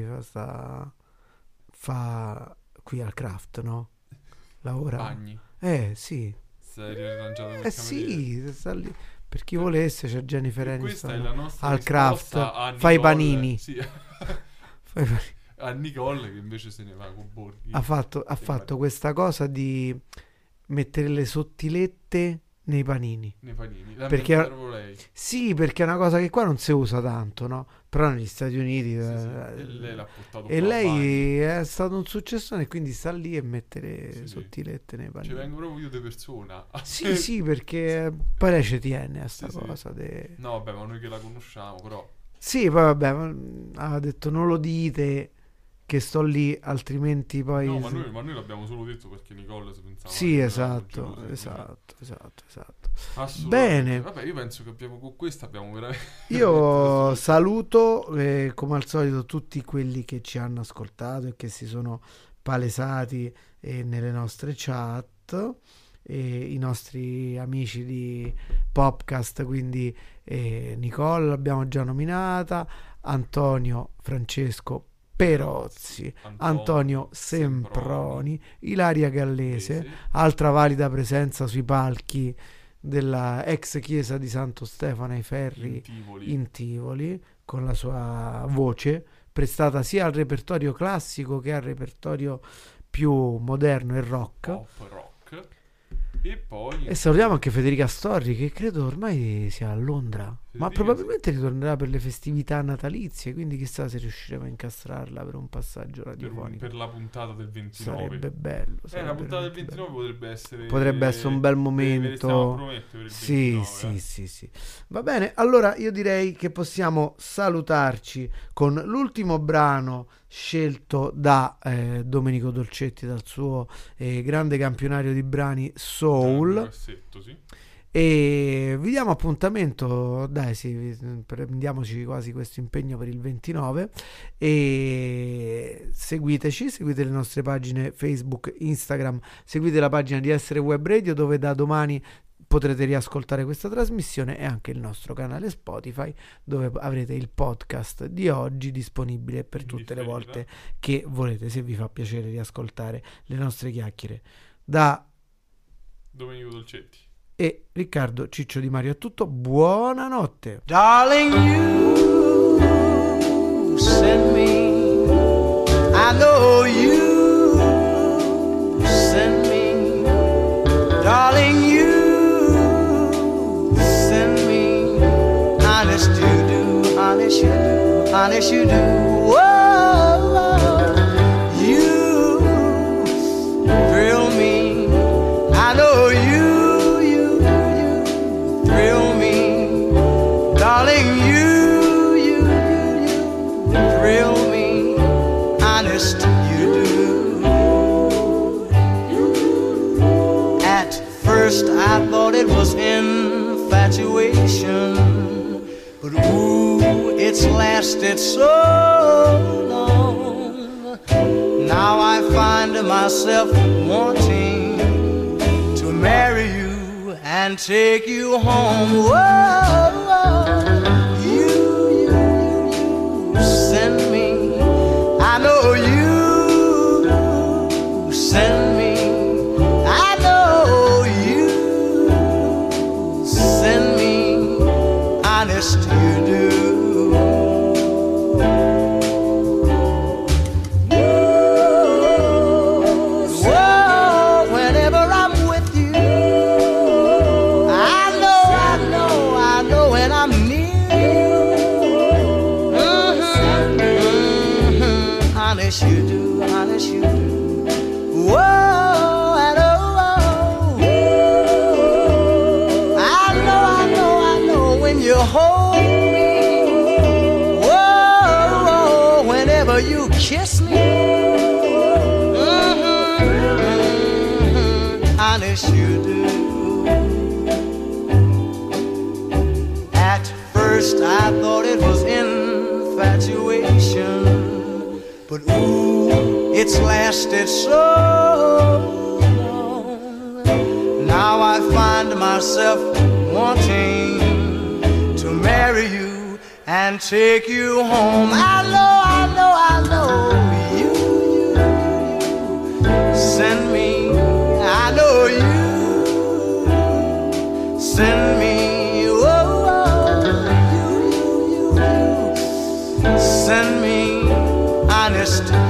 fa qui al Craft, no? Lavora. Bagni. Sì. Sei riarrangiato col Sì, sta lì. Per chi volesse c'è Jennifer E questa è Aniston la nostra al Craft. risposta a Fa i Nicole, panini. sì. Fa i panini. A Nicole che invece se ne va con Borghi. Ha fatto questa cosa di mettere le sottilette nei panini. nei panini. La Perché- inventa proprio lei. Sì, perché è una cosa che qua non si usa tanto, no? Però negli Stati Uniti Sì. E lei l'ha portato e qua a Bagni. lei è stato un successone e quindi sta lì e mette le Sì. sottilette nei Ci panini. vengo proprio io di persona. Sì, perché poi lei ci tiene a sta Sì. cosa. No, vabbè, ma noi che la conosciamo, però. Sì, poi vabbè, ha detto non lo dite che sto lì, altrimenti poi... No, ma noi l'abbiamo solo detto perché Nicole si pensava. Sì, che esatto, eravamo gelosi, esatto. Assolutamente. Bene. Vabbè, io penso che con questa abbiamo veramente... Io saluto come al solito tutti quelli che ci hanno ascoltato e che si sono palesati nelle nostre chat, e i nostri amici di Popcast, quindi Nicole l'abbiamo già nominata, Antonio Francesco Perozzi, Antonio Semproni, Ilaria Gallese, Sì. altra valida presenza sui palchi della ex chiesa di Santo Stefano ai Ferri in Tivoli, con la sua voce prestata sia al repertorio classico che al repertorio più moderno e rock. Pop rock. E poi... E salutiamo anche Federica Storri, che credo ormai sia a Londra, ma Federica, probabilmente ritornerà per le festività natalizie, quindi chissà se riusciremo a incastrarla per un passaggio radiofonico. per la puntata del 29. Sarebbe bello. La sarebbe puntata del veramente 29 bello. potrebbe essere un bel ve le momento. stiamo a promettere per il Sì, 29, sì. Va bene, allora io direi che possiamo salutarci con l'ultimo brano scelto da Domenico Dolcetti dal suo grande campionario di brani Soul. Cassetto, sì. E vi diamo appuntamento, dai sì, prendiamoci quasi questo impegno per il 29 e seguiteci, seguite le nostre pagine Facebook, Instagram, seguite la pagina di Essere Web Radio dove da domani potrete riascoltare questa trasmissione e anche il nostro canale Spotify dove avrete il podcast di oggi disponibile per tutte le volte che volete, se vi fa piacere riascoltare le nostre chiacchiere. Da Domenico Dolcetti e Riccardo Ciccio Di Mario è tutto, buonanotte. Darling, you send me, I know you send me, darling, you send me, honest you do, honest you honest you do. Whoa, you thrill me. I know you thrill me, darling. You thrill me, honest you do. At first I thought it was infatuation, but ooh, it's lasted so long. Now I find myself wanting to marry you and take you home. Whoa, you send me. I know you send me. I know you send me. Honest you do. Honest you do, honest you do. Whoa, and oh, I know when you hold me. Whoa, whenever you kiss me. Honest you do. At first I thought it was infatuation, but ooh, it's lasted so long. Now I find myself wanting to marry you and take you home. I know you send me. I know you send me. Send me, honest